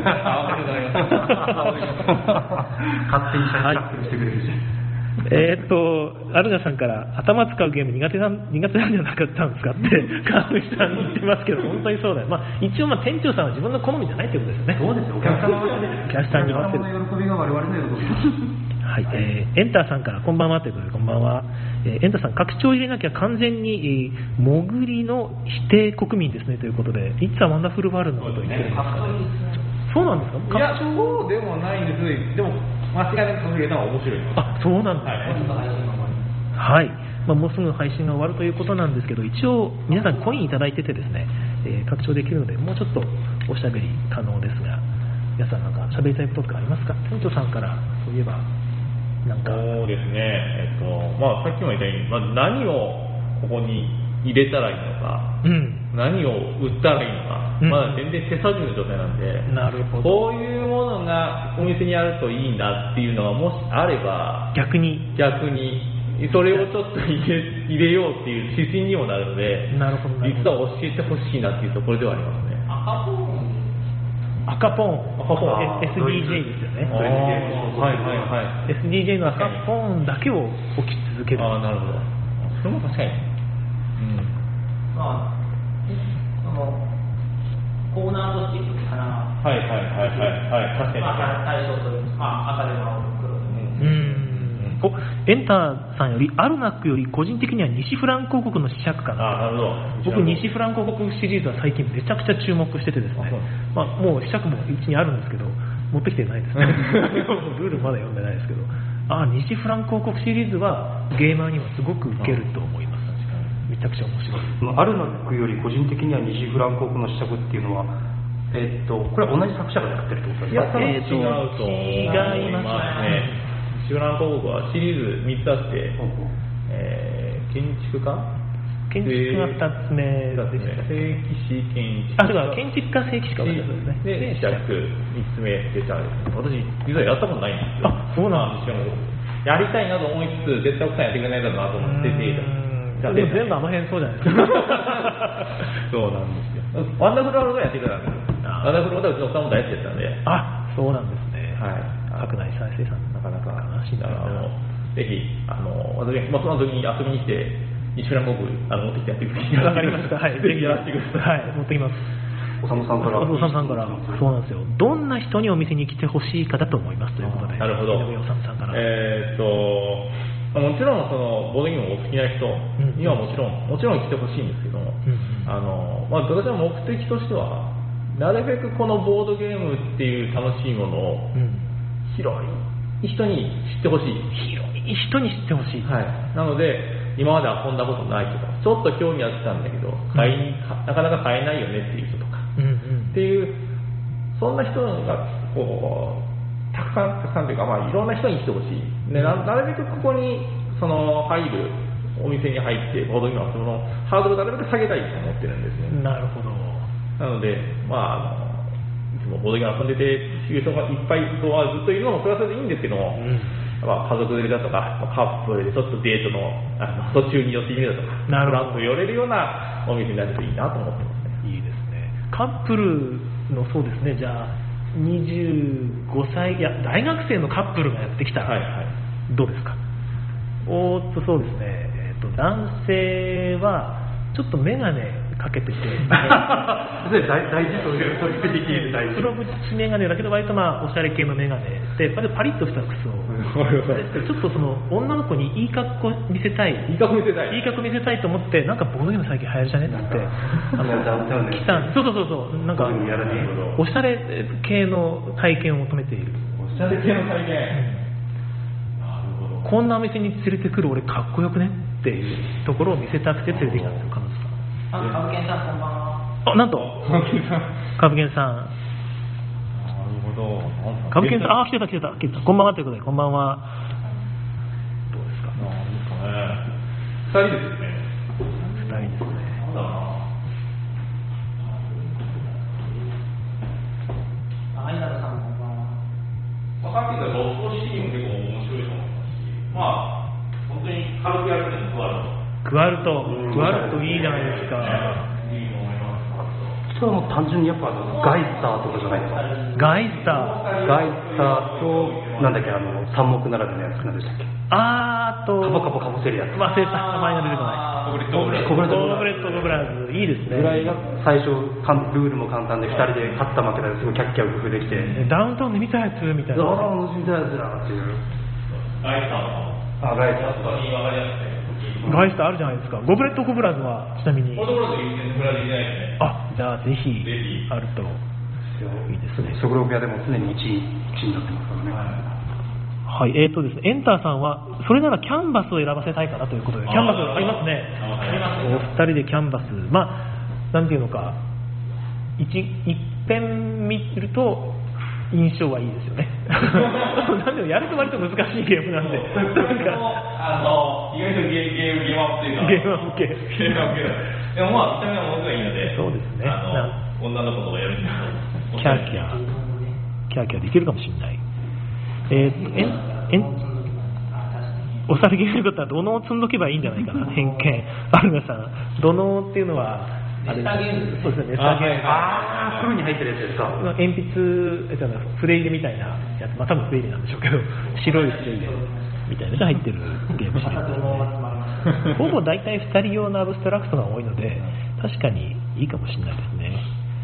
A: 手にシャッフルしてくれるし。
B: アルナさんから頭使うゲーム苦手なんじゃなかったんですかって川口さん言ってますけど、本当にそうだよ。一応店長さんは自分の好みじゃないってことですよね。
A: そうですよ。お客様
B: に合わせる。
A: お客様の喜びが我々の喜びです。
B: はい、エンターさんからこんばんはということで、こんばんは。エンターさん、拡張入れなきゃ完全に潜りの否定国民ですねということで、いつはワンダフルワールドのことを言ってるんですかね。そうなんですか？
C: いや、そうでもないんです。でも間違いなく隠れたのは面白い。
B: そうなんですね。はい。もうすぐ配信が終わるということなんですけど、一応皆さんコインいただいててですね、拡張できるので、もうちょっとおしゃべり可能ですが、皆さんなんか喋りたいこととかありますか？店長さんからそういえばなんか。
C: そうですね。さっきも言ったように、何をここに入れたらいいのか、何を売ったらいいのか、まだ全然手探りの状態なんで、
B: なるほど。
C: こういうものがお店にあるといいんだっていうのがもしあれば、
B: 逆に
C: それをちょっと入れようっていう指針にもなるので、
B: なるほど
C: 実は教えてほしいなっていうところではありますね。
B: 赤ポン SDJ ですよね。
C: はいはいはい。
B: SDJ の赤ポンだけを置き続ける。
C: ああ、なるほど。それも確かに。
D: まあ、コーナーとしていくかな。
C: はいはいはいはいはい。確かに。
D: 対象という、赤でも青で黒でも。
B: エンターさんよりアルナックより個人的には西フラン広告の試着かな。
C: なるほど。
B: 僕西フラン広告シリーズは最近めちゃくちゃ注目しててですね、もう試着もうちにあるんですけど持ってきてないですねルールまだ読んでないですけど、西フラン広告シリーズはゲーマーにはすごく受けると思います。めちゃくちゃ面白い。
A: アルナックより個人的には西フラン広告の試着っていうのは、これは同じ作者がやってるってことですか？
B: 違いますね。
C: 西フラン広告はシリーズ3つあって、建築家
B: が2つ目でした。
C: 正規士建築
B: 家。建築家正規士かですね。
C: で、試着3つ目でした。私、実はやったことないんですよ。
B: そうなんですよ。
C: やりたいなと思いつつ、絶対奥さんやってくれないだろうなと思ってて、
B: でも全部あの辺そうじゃないですか。
C: そうなんですよ。ワンダフルワールドがやってくれたんですよ。ワンダフルワールドはうちの奥さんも大好きだったんで。
B: そうなんですね。
C: はい。
B: 白内再生さんなかなか
C: ぜひ私その時に遊びに来て西フラン広告持ってきてやってください。
B: わかりました。はい。ぜひやらせてください。はい。持ってきます。
A: おさむさんから
B: そうなんですよ。どんな人にお店に来てほしいかだと思いますということで。
C: なるほど。
B: おさむさんから。
C: もちろんそのボードゲームをお好きな人にはもちろん来てほしいんですけども、私は目的としてはなるべくこのボードゲームっていう楽しいものを広い人に知ってほしい。
B: 広い人に知ってほしい。
C: はい。なので今まで遊んだことないとか、ちょっと興味あったんだけどなかなか買えないよねっていう人とか、っていうそんな人がこうたくさんというか、いろんな人に来てほしい。でなるべくここにその入るお店に入ってボードゲームはそのハードルをなるべく下げたいと思ってるんですね。
B: なるほど。
C: なのでいつもボードゲーム遊んでていう人がいっぱいずっといるのもそれはそれでいいんですけども、家族連れだとかカップルでちょっとデートの途中に寄ってみるだとか、フランス寄れるようなお店になるといいなと思ってますね。
B: いいですね。カップルのそうですね。じゃあ25歳大学生のカップルがやってきたら、どうですか？そうですね。男性はちょっと眼鏡かけてて
A: 大事そういう取り引き大事。
B: 黒縁眼鏡だけど割とおしゃれ系の眼鏡でパリッとした服装ちょっとその女の子にいい格好見せたいと思って、なんかボードゲーム最近流行るじゃねって来たんです。そうなんかおしゃれ系の体験を求めている。
C: おしゃれ系の体験、
B: こんなお店に連れてくる俺かっこよくねっていうところを見せたくて連れてきたんですよ、彼女さん。
D: カブケンさんこんばんは。
B: なんとカブケンさん。
C: なるほど。
B: カブケンさん、来てた。こんばんはということで、こんばんは。どうですか？
C: 2人ですね。
B: 2人ですね。
D: アイナルさんこんばんは。
C: さっき言ったロフトシティも結構面白いと思いますし、本当に軽くやるんです
B: クワルトいいじゃないですか。
A: それはもう単純にやっぱガイスターとかじゃないですか。
B: ガイスター
A: となんだっけ三目並べのやつなんでしたっけ？
B: あと
A: カボせるやつ。
B: 忘れた、名前が出てこない。ゴブレットゴブラーズいいですね。
A: ぐらいが最初ルールも簡単で2人で勝った負けたですごいキャッキャ工夫できて、
B: ダウンタウンで見たやつみたいな。
A: 見たやつだっていう。
C: ガイスター
A: ガイスターとか
C: に分かりやすい。
B: ガイスターあるじゃないですか。ゴブレットゴブラーズはちなみに。
C: ゴブレットいいですね。ブラジルじゃないですね。
B: じゃあぜひあるといいですね。
A: 食料部屋でも常に1位になってますからね。
B: はい、ですね、エンターさんはそれならキャンバスを選ばせたいかなということで、キャンバスありますね。お二人でキャンバス、なんていうのか、一遍見ると印象はいいですよね。なんでもやると割と難しいゲームなんで。
C: 意外とゲームアップというか。
B: ゲームアップ系。
C: でも見た目はものすごいいいので。
B: そうですね。
C: 女の子とかやるんですけど。
B: キャーキャーできるかもしれない。 おさるゲームのことは土のを積んどけばいいんじゃないかな、偏見。アルガさん、土のっていうのは、
D: ネスタゲーム
B: そうですね、ネスタゲーム。
A: 袋に入ってるやつですか。
B: 鉛筆、筆入れみたいなやつ、まあ多分筆入れなんでしょうけど、白い筆入れみたいなのが入ってるゲームシリーズですね。ほぼ大体2人用のアブストラクトが多いので、確かにいいかもしれないですね。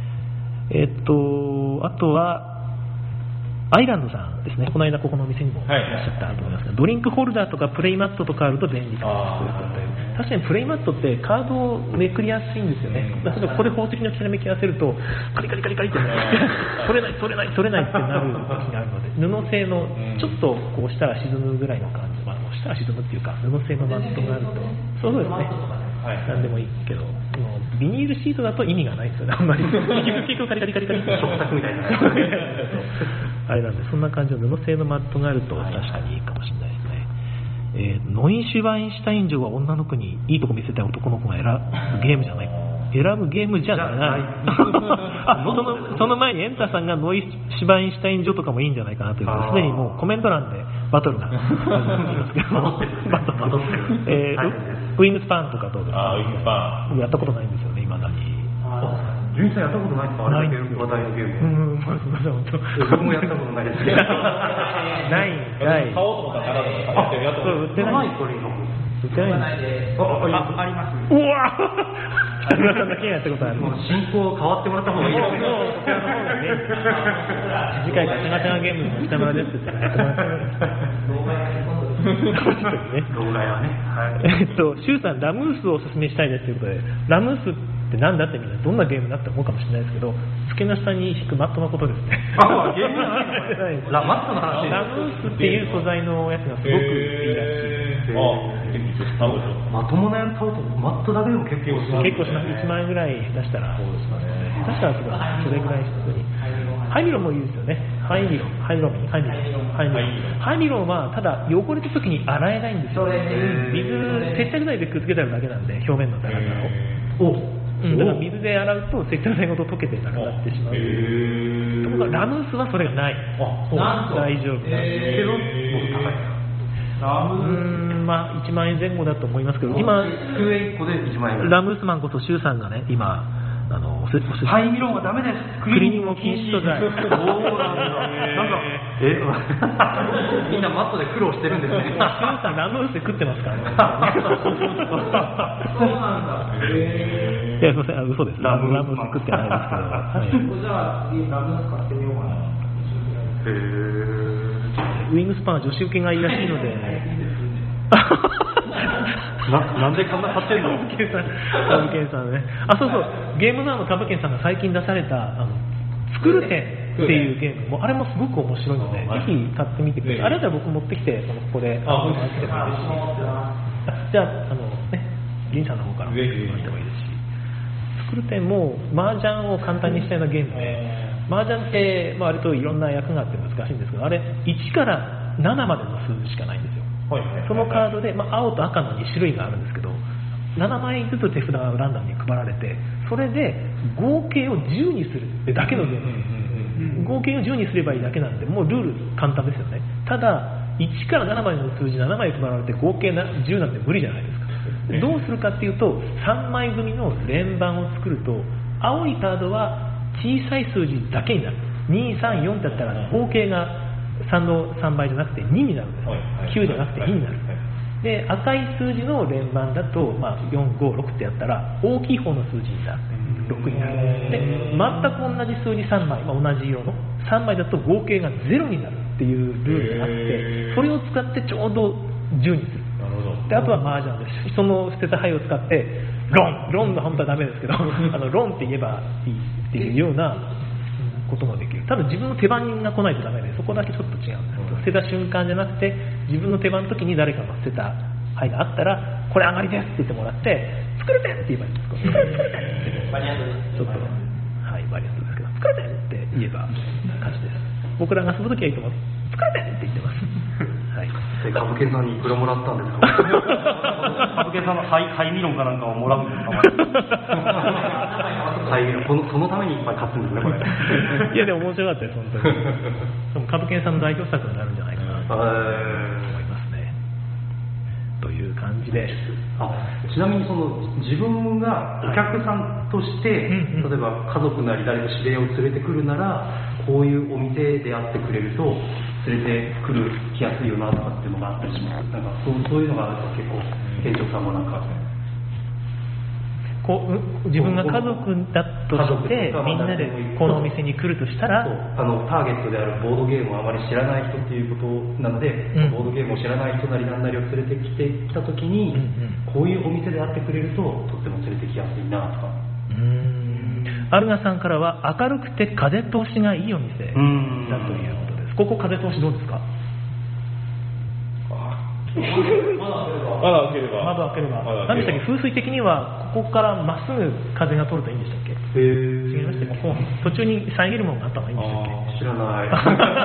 B: あとは、アイランドさんですね、この間ここのお店にもいらっしゃったと思いますが、ドリンクホルダーとかプレイマットとかあると便利かなということで、確かにプレイマットってカードをめくりやすいんですよね。例えばここで宝石のきらめき合わせるとカリカリカリカリって取れない取れない取れないってなる時があるので、布製のちょっとこう押したら沈むぐらいの感じ、押したら沈むっていうか布製のマットがあると、そうですね、何でもいいけど、ビニールシートだと意味がないんですよね、あんまり。結構カリカリカリカリって
A: 食卓みたいな
B: あれなんで、そんな感じの布製のマットがあると確かにいいかもしれないですね。ノイシュバインシュタイン城は女の子にいいとこ見せたい男の子が選ぶゲームじゃない。選ぶゲームじゃない。その前にエンタさんがノイシュバインシュタイン城とかもいいんじゃないかなということで、すでにもうコメント欄でバトルが始まっていますけど、ウィングスパンとかどうですか。
C: ウィングスパン
B: やったことないんですよね、未だに。
A: 純さんやったことないですか。あれだけ話題のゲーム。僕もやったことないですけど。
B: ない。
C: 買おうと思ったらやったこと
B: 売ってない。売ってないです。
F: あります。
B: うわ北村さんだけやったことある。
A: 進行変わってもらった方がいいですね。
B: 次回ガチャガチャゲームの北村ですってやってもらった
A: 老害はね。
B: シュウさん、ラムースをおすすめしたいですということで、ラムースって何だってみんなどんなゲームだって思うかもしれないですけど、付けの下に引くマットのことですね。
A: ゲームじゃないの。マットの話。
B: ラムースっていう素材のやつがすごくいいらしいです。
A: まともなやつ買うとマットだけでも結構します。
B: 1万円ぐらい出したら、確かそれぐらい普通に。ハイミロンもいいですよね。ハイミロンはただ汚れた時に洗えないんですよ。水、接着剤でくっつけてあるだけなんで、表面のダラダラを。だから水で洗うと接着剤ごと溶けてなくなってしまう。ところがラムースはそれがない。大丈夫なんですけど、まあ1万円前後だと思いますけど、今
A: 1個で1万円。
B: ラムースマンことシュウさんがね、今
A: ハイミロンはダメです。
B: クリーニングを禁止素材。
A: そうなんだ。なんかみんなマットで苦労してるんですね。
B: シュウさんラムースで食ってますからね。
D: そうなんだ。
B: いや、すみません、嘘です。ラムース食ってないですけど。
D: じゃあ次ラムース買ってみようかな。
B: ウィングスパンは女子受けがいいらしいので。
A: なんでこんな買ってんの。
B: タブケンさんね。そうそう、ゲームナーのタブケンさんが最近出された作る点っていうゲームも、あれもすごく面白いので、ぜひ買ってみてください。あれだったら僕持ってきてここで遊んでもいいですし、じゃあリンさんの方からもらってもいいですし、作る点も麻雀を簡単にしたようなゲームで、麻雀って割といろんな役があって難しいんですけど、あれ1から7までの数字しかないんですよ。そのカードで、青と赤の2種類があるんですけど、7枚ずつ手札がランダムに配られて、それで合計を10にするってだけのゲーム、合計を10にすればいいだけなんで、もうルール簡単ですよね。ただ1から7までの数字7枚配られて合計10なんて無理じゃないですか。どうするかっていうと、3枚組の連番を作ると、青いカードは小さい数字だけになる。2、3、4だったら合計が3の3倍じゃなくて2になるんです、9じゃなくて2になる。で、赤い数字の連番だと、4、5、6ってやったら大きい方の数字になる、6になる。で、全く同じ数字3枚、同じ色の3枚だと合計が0になるっていうルールがあって、それを使ってちょうど10にする。で、あとは麻雀です。その捨てた牌を使ってロンの本当はダメですけどロンって言えばいいっていうようなこともできる。ただ自分の手番が来ないとダメで、そこだけちょっと違うんです。捨てた瞬間じゃなくて、自分の手番の時に誰かが捨てた牌があったら、これ上がりですって言ってもらって、作れてって言えばいいんです。作れてってバリアントです。ちょっとバリアントですけど、作れてって言えば勝ちです。僕らが遊ぶ時はいつも作れてって言ってます。
A: カブケンさんにいくらもらったんですか。カブケンさんのハイミロンかなんかをもらうんですか。ハイミロン、そのためにいっぱい勝つんですね、これ。
B: いやでも面白かったです、本当に。カブケンさんの代表作になるんじゃないかなと思いますね。 という感じで。
A: ちなみにその自分がお客さんとして、例えば家族なり誰か知り合いを連れてくるならこういうお店で会ってくれると連れてくる来やすいよなとかっていうのがあったりします。なんかそういうのがあると結構店長さんもなんか
B: 自分が家族だとしてみんなでこのお店に来るとしたら
A: ターゲットであるボードゲームをあまり知らない人っていうことなので、ボードゲームを知らない人なり何なりを連れてきた時に、こういうお店で会ってくれるととっても連れてきやすいなとか。
B: アルガさんからは明るくて風通しがいいお店だということです。ここ風通しどうですか？
C: 窓開ければ
B: 何でしたっけ？風水的にはここからまっすぐ風が通るといいんでしたっけ？違いましたっけ？途中に遮るものがあった方がいいんでしたっけ？
A: 知らない。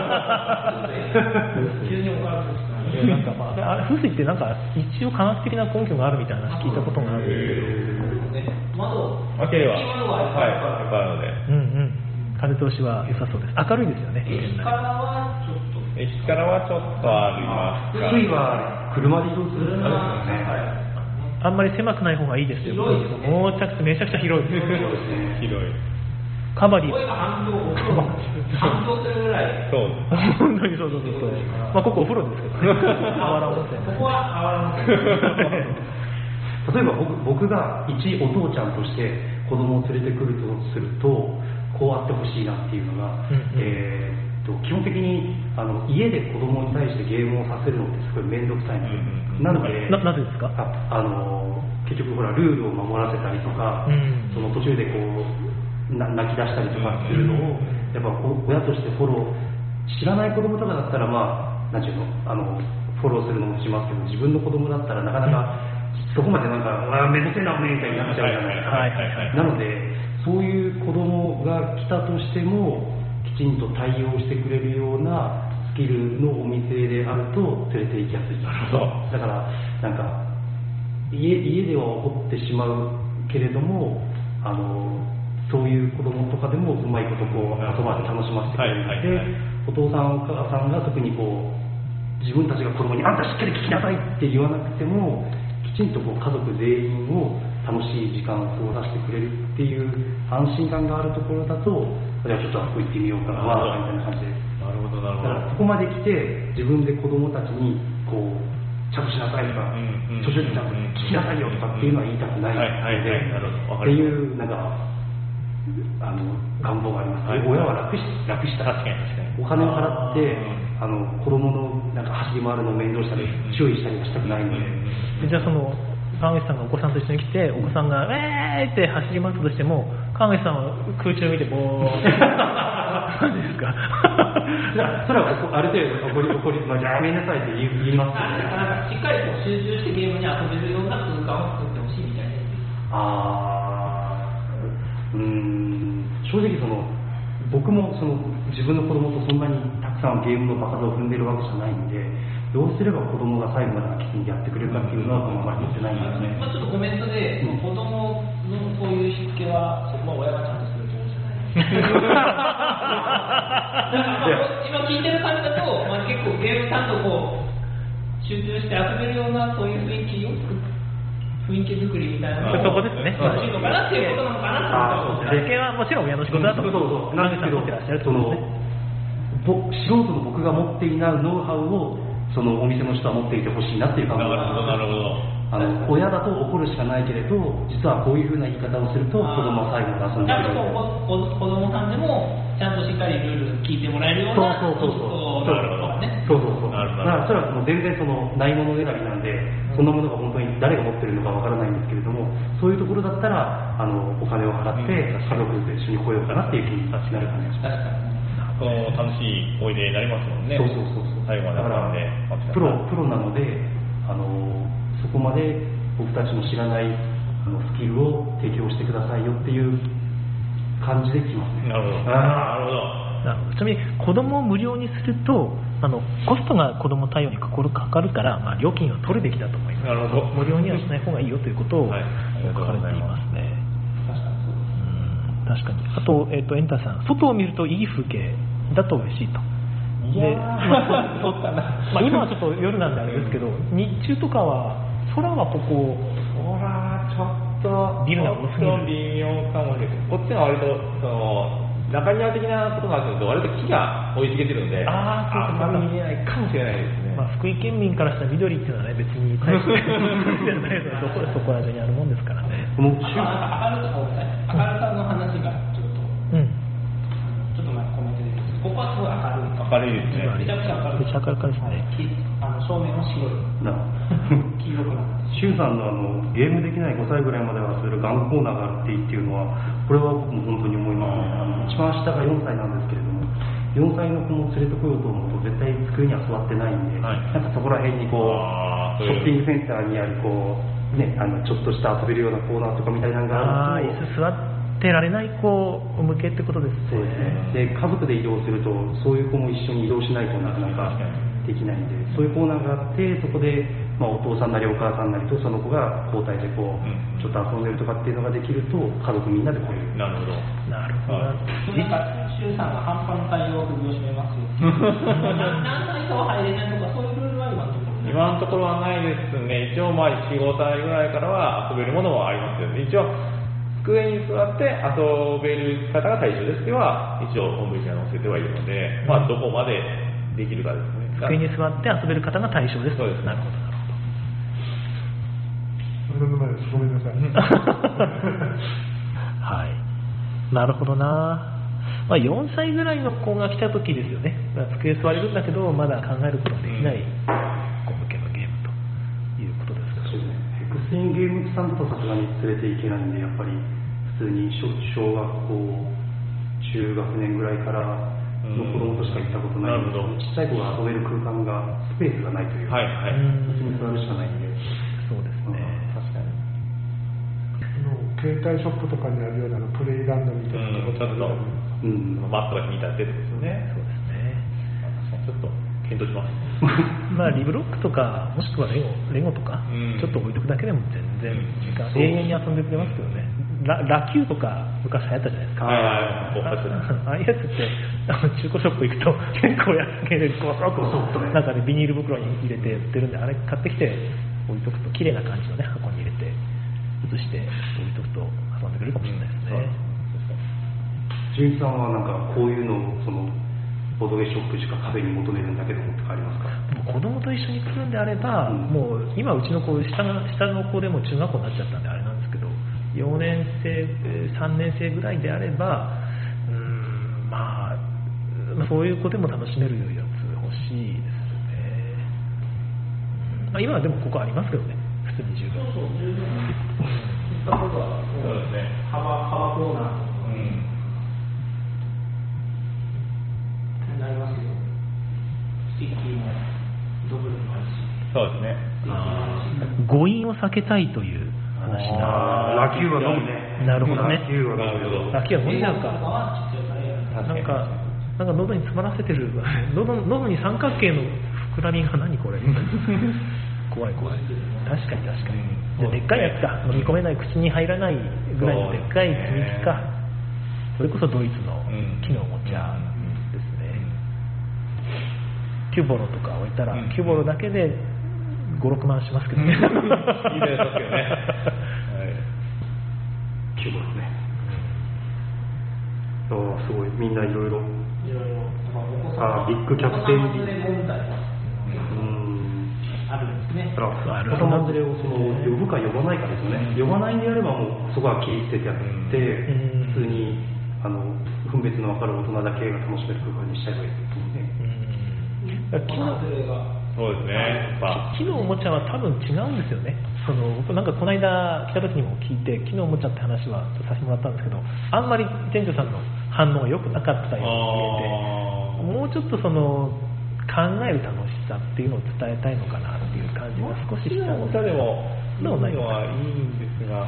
D: 急に怒られる
B: なんかあれ風水ってなんか一応科学的な根拠があるみたいな話聞いたことがあるんですけど、
D: 窓
C: 開ければはい開くので、
B: 風通しは良さそうです。明るいですよね。
D: 駅からはちょっと
C: ありますか。
A: 水位は車で移動するんですよね。
B: あんまり狭くない方がいいですよ。もうめちゃくちゃ広いです。
C: 広い。
B: カバリー。
D: 反動するぐらい。
C: そう。
B: 本当にそう。まあここお風呂ですけどね。あわら温泉。
D: ここはあわら温泉。
A: 例えば僕が一お父ちゃんとして子供を連れてくるとするとこうあってほしいなっていうのが、基本的に家で子供に対してゲームをさせるのってすごい面倒くさいので、なので
B: なぜですか？
A: 結局ほらルールを守らせたりとか、その途中でこう泣き出したりとかするのをやっぱ親としてフォロー知らない子供とかだったらなんていうのフォローするのもしますけど、自分の子供だったらなかなかそこまでなんかめんどくせえなおめえみたいになっちゃうじゃないですか。なのでそういう子供が来たとしてもきちんと対応してくれるようなスキルのお店であると連れて行きやすい。だからなんか家では怒ってしまうけれどもそういう子供とかでもうまいことこう後まで楽しませてくれるので、お父さんお母さんが特にこう自分たちが子供にあんたしっかり聞きなさいって言わなくてもきちんとこう家族全員を楽しい時間を過ごさせてくれるっていう安心感があるところだと、じゃあちょっとあそこ行ってみようかなみたいな感じで。
C: なるほど。
A: だからここまで来て自分で子供たちにこうちゃんとしなさいとか、途中でちゃんと聞きなさいよとかっていうのは言いたくないので、っていうなんか願望があります。親は楽したらお金を払って子供のなんか走り回るのを面倒したり注意したりはしたくないので。
B: じゃあ川口さんがお子さんと一緒に来て、お子さんがウェーイって走り回ったとしても、川口さんは空中を見てボー何ですか？
A: それはある程度怒り、やめなさいって言いますよね。
D: なんかしっかりこう集中してゲームに遊べるような空間を作ってほしいみたいな。
A: 正直僕も自分の子供とそんなにたくさんゲームの場数を踏んでるわけじゃないんで、どうすれば子供が最後まできちんとやってくれるかっていうのはあまり言ってないんですね。
D: ちょっとコメントで、子供のこういうしつけは、親がちゃんとすると面白い。今聞いてる感じだと、結構ゲームちゃんとこう集中して遊べるようなそういう雰囲気作りみたいなのを
B: そこですね。
D: 欲しいのかなっていうことなのかなと思って。
B: 設計はもちろん親の仕事だと思う。
A: なんですけど、素人の僕が持っていないノウハウをそのお店の人は持っていてほしいなっていう感覚が
C: なるほど。
A: 親だと怒るしかないけれど、実はこういうふうな言い方をすると子供は最後まで遊んでくれる。
D: ちゃんと子供さんでもちゃんとしっかりルール聞いてもらえるような
A: そうだからそれはもう全然ないもの選びなんで、そんなものが本当に誰が持ってるのかわからないんですけれども、そういうところだったらお金を払って家族と一緒に来ようかなっていう気になる感じがします。
C: 楽しい思い出になりますもんね。
A: そう
C: 最後まで遊んで。
A: プロなのでそこまで僕たちの知らないスキルを提供してくださいよっていう感じで来ますね。
C: なるほど。
B: ちなみに子供を無料にするとコストが子供対応にかかるから、料金を取るべきだと思います。
C: なるほど。
B: 無料にはしない方がいいよということを書かれていますね。確かに。あと、エンターさん、外を見るといい風景だと嬉しいと。 で、今はちょっと夜なんであれですけど、日中とかは空はここ
C: ちょっと
B: ビルが多すぎる。
C: 微妙かもしれない。こっちは割とその中庭的なことがあると割と木が生い茂ってるので、
B: あ
C: んまり見えないかもしれないですね。
B: 福井県民からしたら緑っていうのはね、別に大してどこでそこら中にあるもんですからね。
A: この
D: 明るさの話がちょっと、ちょっと前にコメントで言って、ここはすごい明るい
C: 明るいですね。
D: めちゃくちゃ明るい。
B: めちゃ明るいですね。
D: 照明も白い。黄色くなって
A: シュウさんのゲームできない5歳ぐらいまではするガンコーナーがあるっていうのは、これは僕も本当に思いますね。一番下が4歳なんですけれども、4歳の子も連れてこようと思うと絶対机には座ってないんで、なんかそこら辺にこうショッピングセンターにあるこう、ね、ちょっとした遊べるようなコーナーとかみたいなのがあると、
B: 椅子座ってられない子向けってことですね。
A: そうですね。で、家族で移動するとそういう子も一緒に移動しないとなかなかできないんで、そういうコーナーがあって、そこで、お父さんなりお母さんなりとその子が交代でこう、ちょっと遊んでるとかっていうのができると、家族みんなでこういう。
C: なるほど。
B: なるほど。
D: なんかシュウさんが半端な対応を首を絞めますよ。何歳以下は入れないとかそういうルールは
C: 今のところはないですね。一応4、5歳ぐらいからは遊べるものもありますよね。一応机に座って遊べる方が対象ですけどは一応ホームページに載せてはいるので、どこまでできるかですね。
B: 机に座って遊べる方が対象です。
C: そうです。
B: なるほど。
E: それの前です。ごめんなさい。
B: はい。なるほどな。4歳ぐらいの子が来た時ですよね。机座れるんだけどまだ考えることができない子向けのゲームということですけど。
A: そうね。エクストリームゲーム機さんだとさすがに連れていけないんで、やっぱり普通に小学校中学年ぐらいからの子供としか行ったことないんで、ちっちゃい子が遊べる空間がスペースがないというか、普通に座るしかないんで。
B: そうですね。
C: 確かに。
E: 携帯ショップとかにあるようなプレイランドみたいなところとか、
C: マットが引いたってことですよね。
B: そうですね。
C: ちょっと検討します。
B: リブロックとかもしくはレゴとか、ちょっと置いとくだけでも全然時間、永遠に遊んでくれますけどね。ラキューとか昔流行ったじゃないですか。ああいうやつって中古ショップ行くと結構安けでゴソッとなんかねビニール袋に入れて売ってるんで、あれ買ってきて置いとくと綺麗な感じのね箱に入れて移して置いとくと遊んでくれるかもしれないですね。
A: 純一さんはなんかこういうのをそのボードゲーショップしか壁に求めるんだけどもってありますか？
B: 子供と一緒に来るんであれば、もう今うちの子下の子でも中学校になっちゃったんであれなんですけど、4年生3年生ぐらいであればそういう子でも楽しめるやつ欲しいですね。今はでもここありますけどね、普通に十分。
D: そう十分。行ったことはそうですね。幅コーナーとか。なりますけど、スティッキーもドブルもあるし。
C: そうですね。
B: 誤飲を避けたいという話な。
A: ラキューは飲むね。
B: なるほどね。
A: ラキューは飲む。
B: ラキューは飲んじゃうか。なんか喉に詰まらせてる。喉に三角形の膨らみが何これ。怖い。確かに。じゃあでっかいやつか。飲み込めない、口に入らないぐらいのでっかい積み木か。それこそドイツの木のおもちゃですね。キュボロとか置いたら、キュボロだけで5、6万しますけどね。
C: いいですけどね。
A: キュボロね。すごい、みんないろいろ。ビッグキャプテン
D: 問題あるんですね。
A: お子様連れを呼ぶか呼ばないかですよね。呼ばないんであればもうそこは切り捨ててやって、普通に分別の分かる大人だけが楽しめる空間にしちゃえばいいと思うね。
C: そうですね。
B: 木のおもちゃは多分違うんですよね。僕なんかこの間来た時にも聞いて、木のおもちゃって話はさせてもらったんですけど、あんまり店長さんの反応が良くなかったように見えて、もうちょっと考える楽しさっていうのを伝えたいのかなっていう感じが少しした
C: んですけど、でもいいのはいいんですが、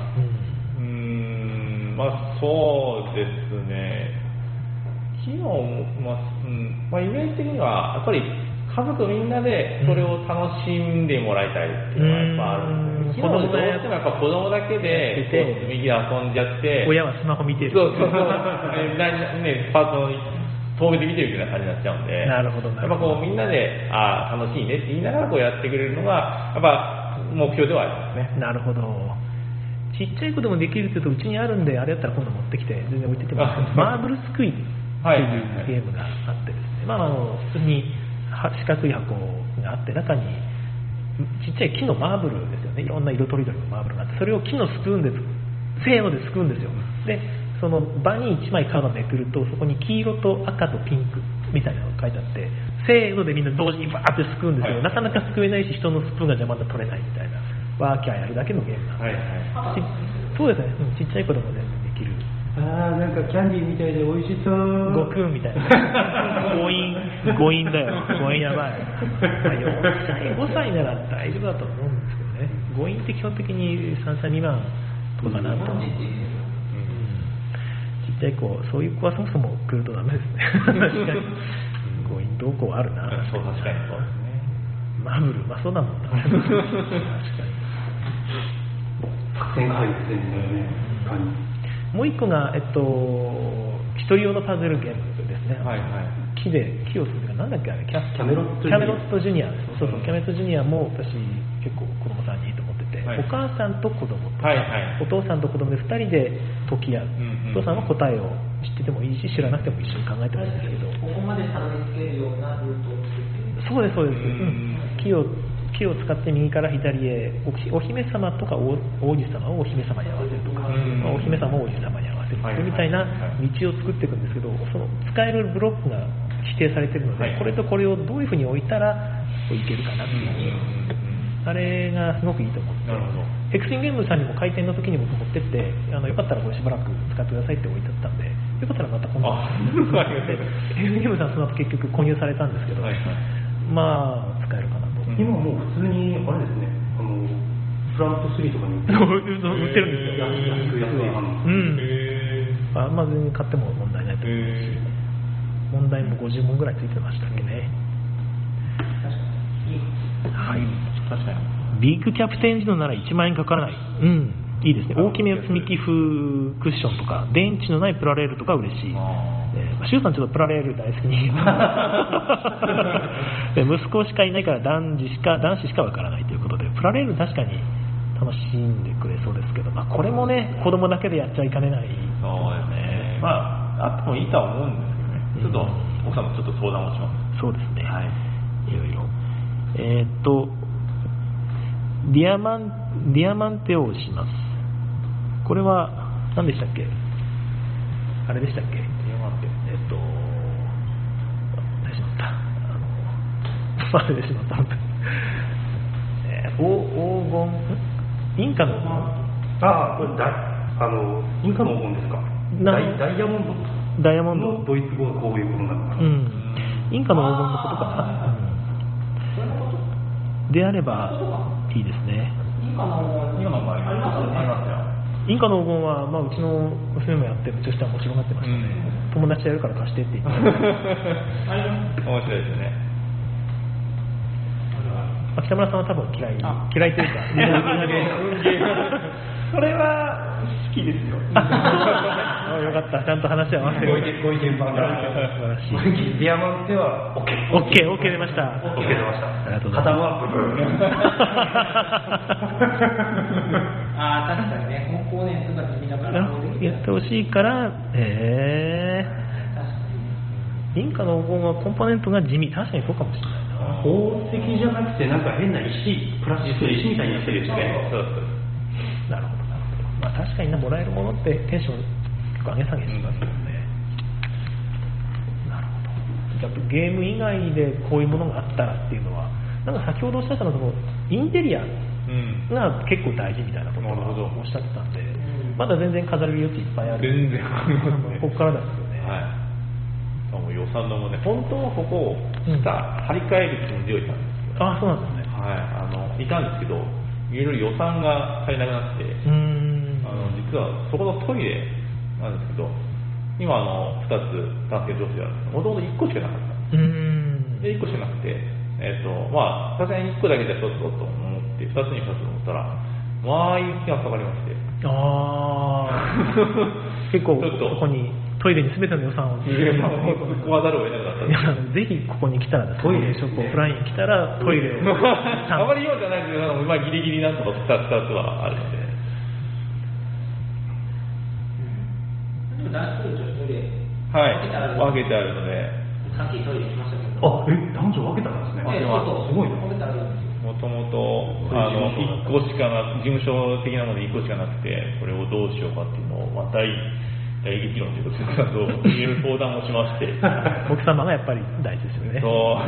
C: そうですね。木のイメージ的にはやっぱり家族みんなでそれを楽しんでもらいたいっていうのがやっぱあるんです。子供でやってもやっぱ子供だけで積み木で遊んじゃって、
B: 親はスマホ見てる。
C: そうパート遠目で見てるみたいな感じになっちゃうんで、
B: なるほどな
C: やっぱこうみんなで楽しいねって言いながらこうやってくれるのがやっぱ目標ではありますね。
B: なるほど。ちっちゃい子でもできるって言うとうちにあるんで、あれやったら今度持ってきて全然置いててもマーブルスクイーンっていうゲームがあってですね、普通に四角い箱があって中にちっちゃい木のマーブルですよね、いろんな色とりどりのマーブルがあって、それを木のスプーンでせーのですくうんですよ。でその場に1枚カードをめくるとそこに黄色と赤とピンクみたいなのが書いてあって、せーのでみんな同時にバーってすくうんですよ、なかなかすくえないし人のスプーンが邪魔で取れないみたいなワーキャーやるだけのゲームなんで、そうですね、ちっちゃい子でも全然できる。
A: なんかキャンディーみたいで美味しそう。
B: 悟空みたいな。強引だよ。強引やばい。4歳、5歳なら大丈夫だと思うんですけどね。強引って基本的に3歳未満とかかなと思う。ちっちゃい子、そういう子はそもそも来るとダメですね。確かに。強引動向あるな。
C: そう、確かにそうですね。
B: マブル、そうだもんな。確かに。
A: 作戦が入ってるんだよね。
B: もう一個が、一人用のパズルゲームですね。木をするか、なんだっけあれ、キャメロットジュニアですね。そうそう、キャメロットジュニアも私結構子供さんにいいと思ってて、お母さんと子供と、お父さんと子供で2人で解き合う。お父さんは答えを知っててもいいし、知らなくても一緒に考えてもいいんですけど。
D: ここまでたどり着けるようなルートを作って。
B: そうですそうです。木を使って右から左へお姫様とか王子様をお姫様に合わせるとか、お姫様を王子様に合わせるみたいな道を作っていくんですけど、その使えるブロックが指定されているので、これとこれをどういうふうに置いたらいけるかなっていう、あれがすごくいいと思って、ヘクシンゲームさんにも開店の時に僕持ってってよかったらこれしばらく使ってくださいって置いてあったんで、よかったらまた今度ヘクシンゲームさんその後結局購入されたんですけど、使えるかなと。
A: 今もう普通にあれですね、フラント3とかに
B: 売ってるんですよ。
A: 安い
B: 全然買っても問題ないと思うし、問題も50問ぐらいついてましたっけね。はい。
C: 確かに。
B: ビッグキャプテン時のなら1万円かからない。いいですね。大きめ積み木風クッションとか電池のないプラレールとか嬉しい。シュウさんちょっとプラレール大好きに息子しかいないから男子しかわからないということで、プラレール確かに楽しんでくれそうですけど、これもね子供だけでやっちゃいかねない。
C: そうですね。あってもいいとは思うんですけどね。ちょっと奥さんもちょっと相談をします。
B: そうですね。いろいろ。ディアマンテをします。これは何でしたっけ？あれでしたっけ？忘れてしまった黄金インカの黄金、
A: これインカの黄金ですか？ダイヤモンドのドイツ語はこういうことなのかな。
B: インカの黄金のことかな。であればいいですね。インカの黄金ありますよ。インカの黄金は、うちの娘もやってめちゃくちゃ面白がってましたね。友達やるから貸してって言って面
C: 白いですよね。
B: 北村さんは多分嫌いというか
F: それは好きですよ。
B: よかった、ちゃんと話を合わせて
A: ご意見番が素晴らしい。ディアマンテは OK
B: 出ました。
A: OK 出ました。
B: ありがとうございます。
A: 肌はブブ
D: 確かにね、コンポーネントが地味だから
B: やってほしいから、インカの黄金はコンポーネントが地味、確かにそうかもしれないな。
A: 宝石じゃなくてなんか変なプラスチックの石みたいにしてるんですね。
B: なるほどなるほど。確かにもらえるものってテンション結構上げ下げしますよね。なるほど。じゃあゲーム以外でこういうものがあったらっていうのは、なんか先ほどおっしゃったのはインテリアが結構大事みたいなことをおっしゃってたんで、まだ全然飾れる余地いっぱいある。
C: 全然
B: ここからですよね。
C: 予算のもね、本当はここを張り替えるつもりではいたんですよ。
B: そうなんですね。
C: いたんですけど、いろいろ予算が足りなくなって、実はそこのトイレなんですけど、今2つ男性女性あるんですけど、もともと1個しかなかったんです。で1個しかなくて、さすがに1個だけじゃちょっとと思って2つに2つ思ったら、雪がかかりまして、
B: 結構そこにトイレに全ての予算を
C: こわざるを得なくなった。
B: ぜひここに来たらトイレショップオフラインに来たらトイレを
C: あまり用じゃないけど、今ギリギリなんとか2つはあるので。
D: でも男子と女子トイレ
C: はい、分けてあるので。
D: さっきトイレ来ましたけど。
A: 男女分けたんですね。
D: そう
A: すごいな。
D: 分けてあるんですよ。
C: もともと1個しかな事務所的なもので1個しかなくて、これをどうしようかっていうのを大激論ということという相談をしまして
B: 奥様がやっぱり大事ですよね。
C: そう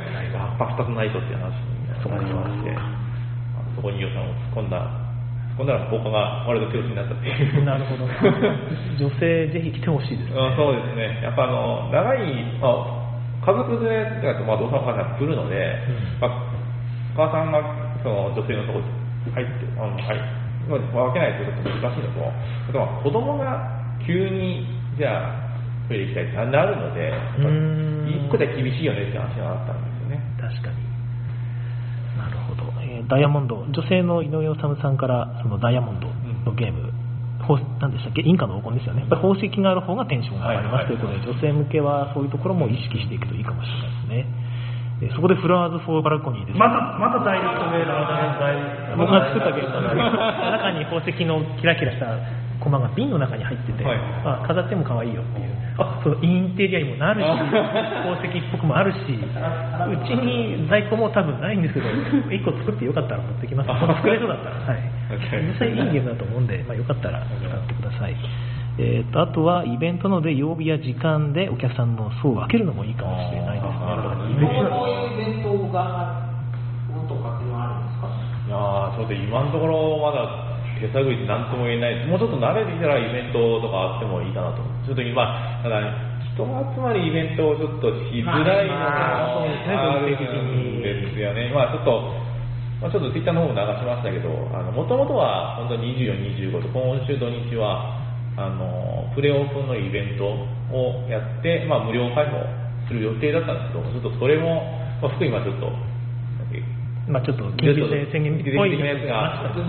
C: 2つないとっていう話になりまして、そこに予算を突っ込んだら効果が割と手打ちになったっていう。
B: なるほど。女性ぜひ来てほしいですね。
C: そうですね。やっぱ長い、家族連れだとお父さんお母さん来るので、お母さんがその女性のところに入って分けないとちょっと難しいのと、あとは子供が急にじゃあトイレ行きたいってなるので、1個で厳しいよねって話があったんですよね。
B: 確かに。なるほど。ダイヤモンド、女性の井上治さんからそのダイヤモンドのゲーム、何でしたっけ、インカの黄金ですよね。やっぱり宝石がある方がテンションが上がりますということで、女性向けはそういうところも意識していくといいかもしれないですね。そこでフラワーズ・フォー・バルコニーです。
A: またダイレクトメール
B: 僕が作ったゲームなんですけど、中に宝石のキラキラしたコマが瓶の中に入ってて、飾っても可愛いよっていう、そうインテリアにもなるし、宝石っぽくもあるし、うちに在庫も多分ないんですけど、1個作ってよかったら持ってきます。作れそうだったら、はい、実際いいゲームだと思うんで、よかったら使ってください。あとはイベントので曜日や時間でお客さんの層を分けるのもいいかもしれないですね。
D: こういうイベントがとかっていうのはあるんですか？
C: いやちょっと今のところまだ手探りで何とも言えないです。もうちょっと慣れてきたらイベントとかあってもいいかなと。ちょっと今ただ人が集まるイベントをちょっとしづらいのがあるんですよね。ちょっとツイッターの方も流しましたけど、もともとは本当に24、25と今週土日はプレオープンのイベントをやって、無料開放する予定だったんですけど、ちょっとそれも、福井はちょっと
B: ちょっと緊急性宣言っぽい
C: 的なやつがあって、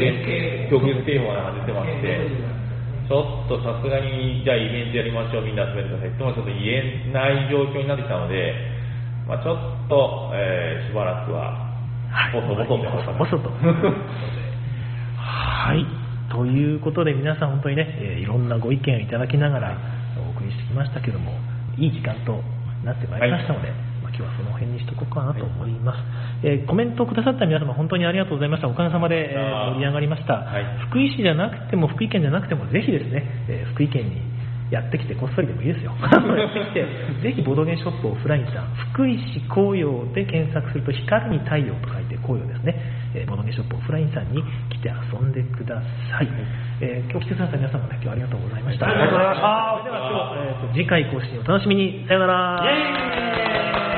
C: 供給警報が出てまして、ちょっとさすがにじゃあイベントやりましょう、みんな集めてくださいってもちょっと言えない状況になってきたので、ちょっと、しばらくはボソと
B: はい。ということで皆さん本当にね、いろんなご意見をいただきながらお送りしてきましたけども、いい時間となってまいりましたので、今日はその辺にしとこうかなと思います。コメントをくださった皆様本当にありがとうございました。おかげさまで、盛り上がりました。福井市じゃなくても福井県じゃなくてもぜひですね、福井県にやってきてこっそりでもいいですよ。やってきてぜひボードゲームショップオフラインさん、福井市紅葉で検索すると光に太陽と書いて紅葉ですね。ボードゲームショップオフラインさんに来て遊んでください。今日来てくださった皆さんもね、今日はありがとうございました。それでは今日、次回更新をお楽しみに。さよなら。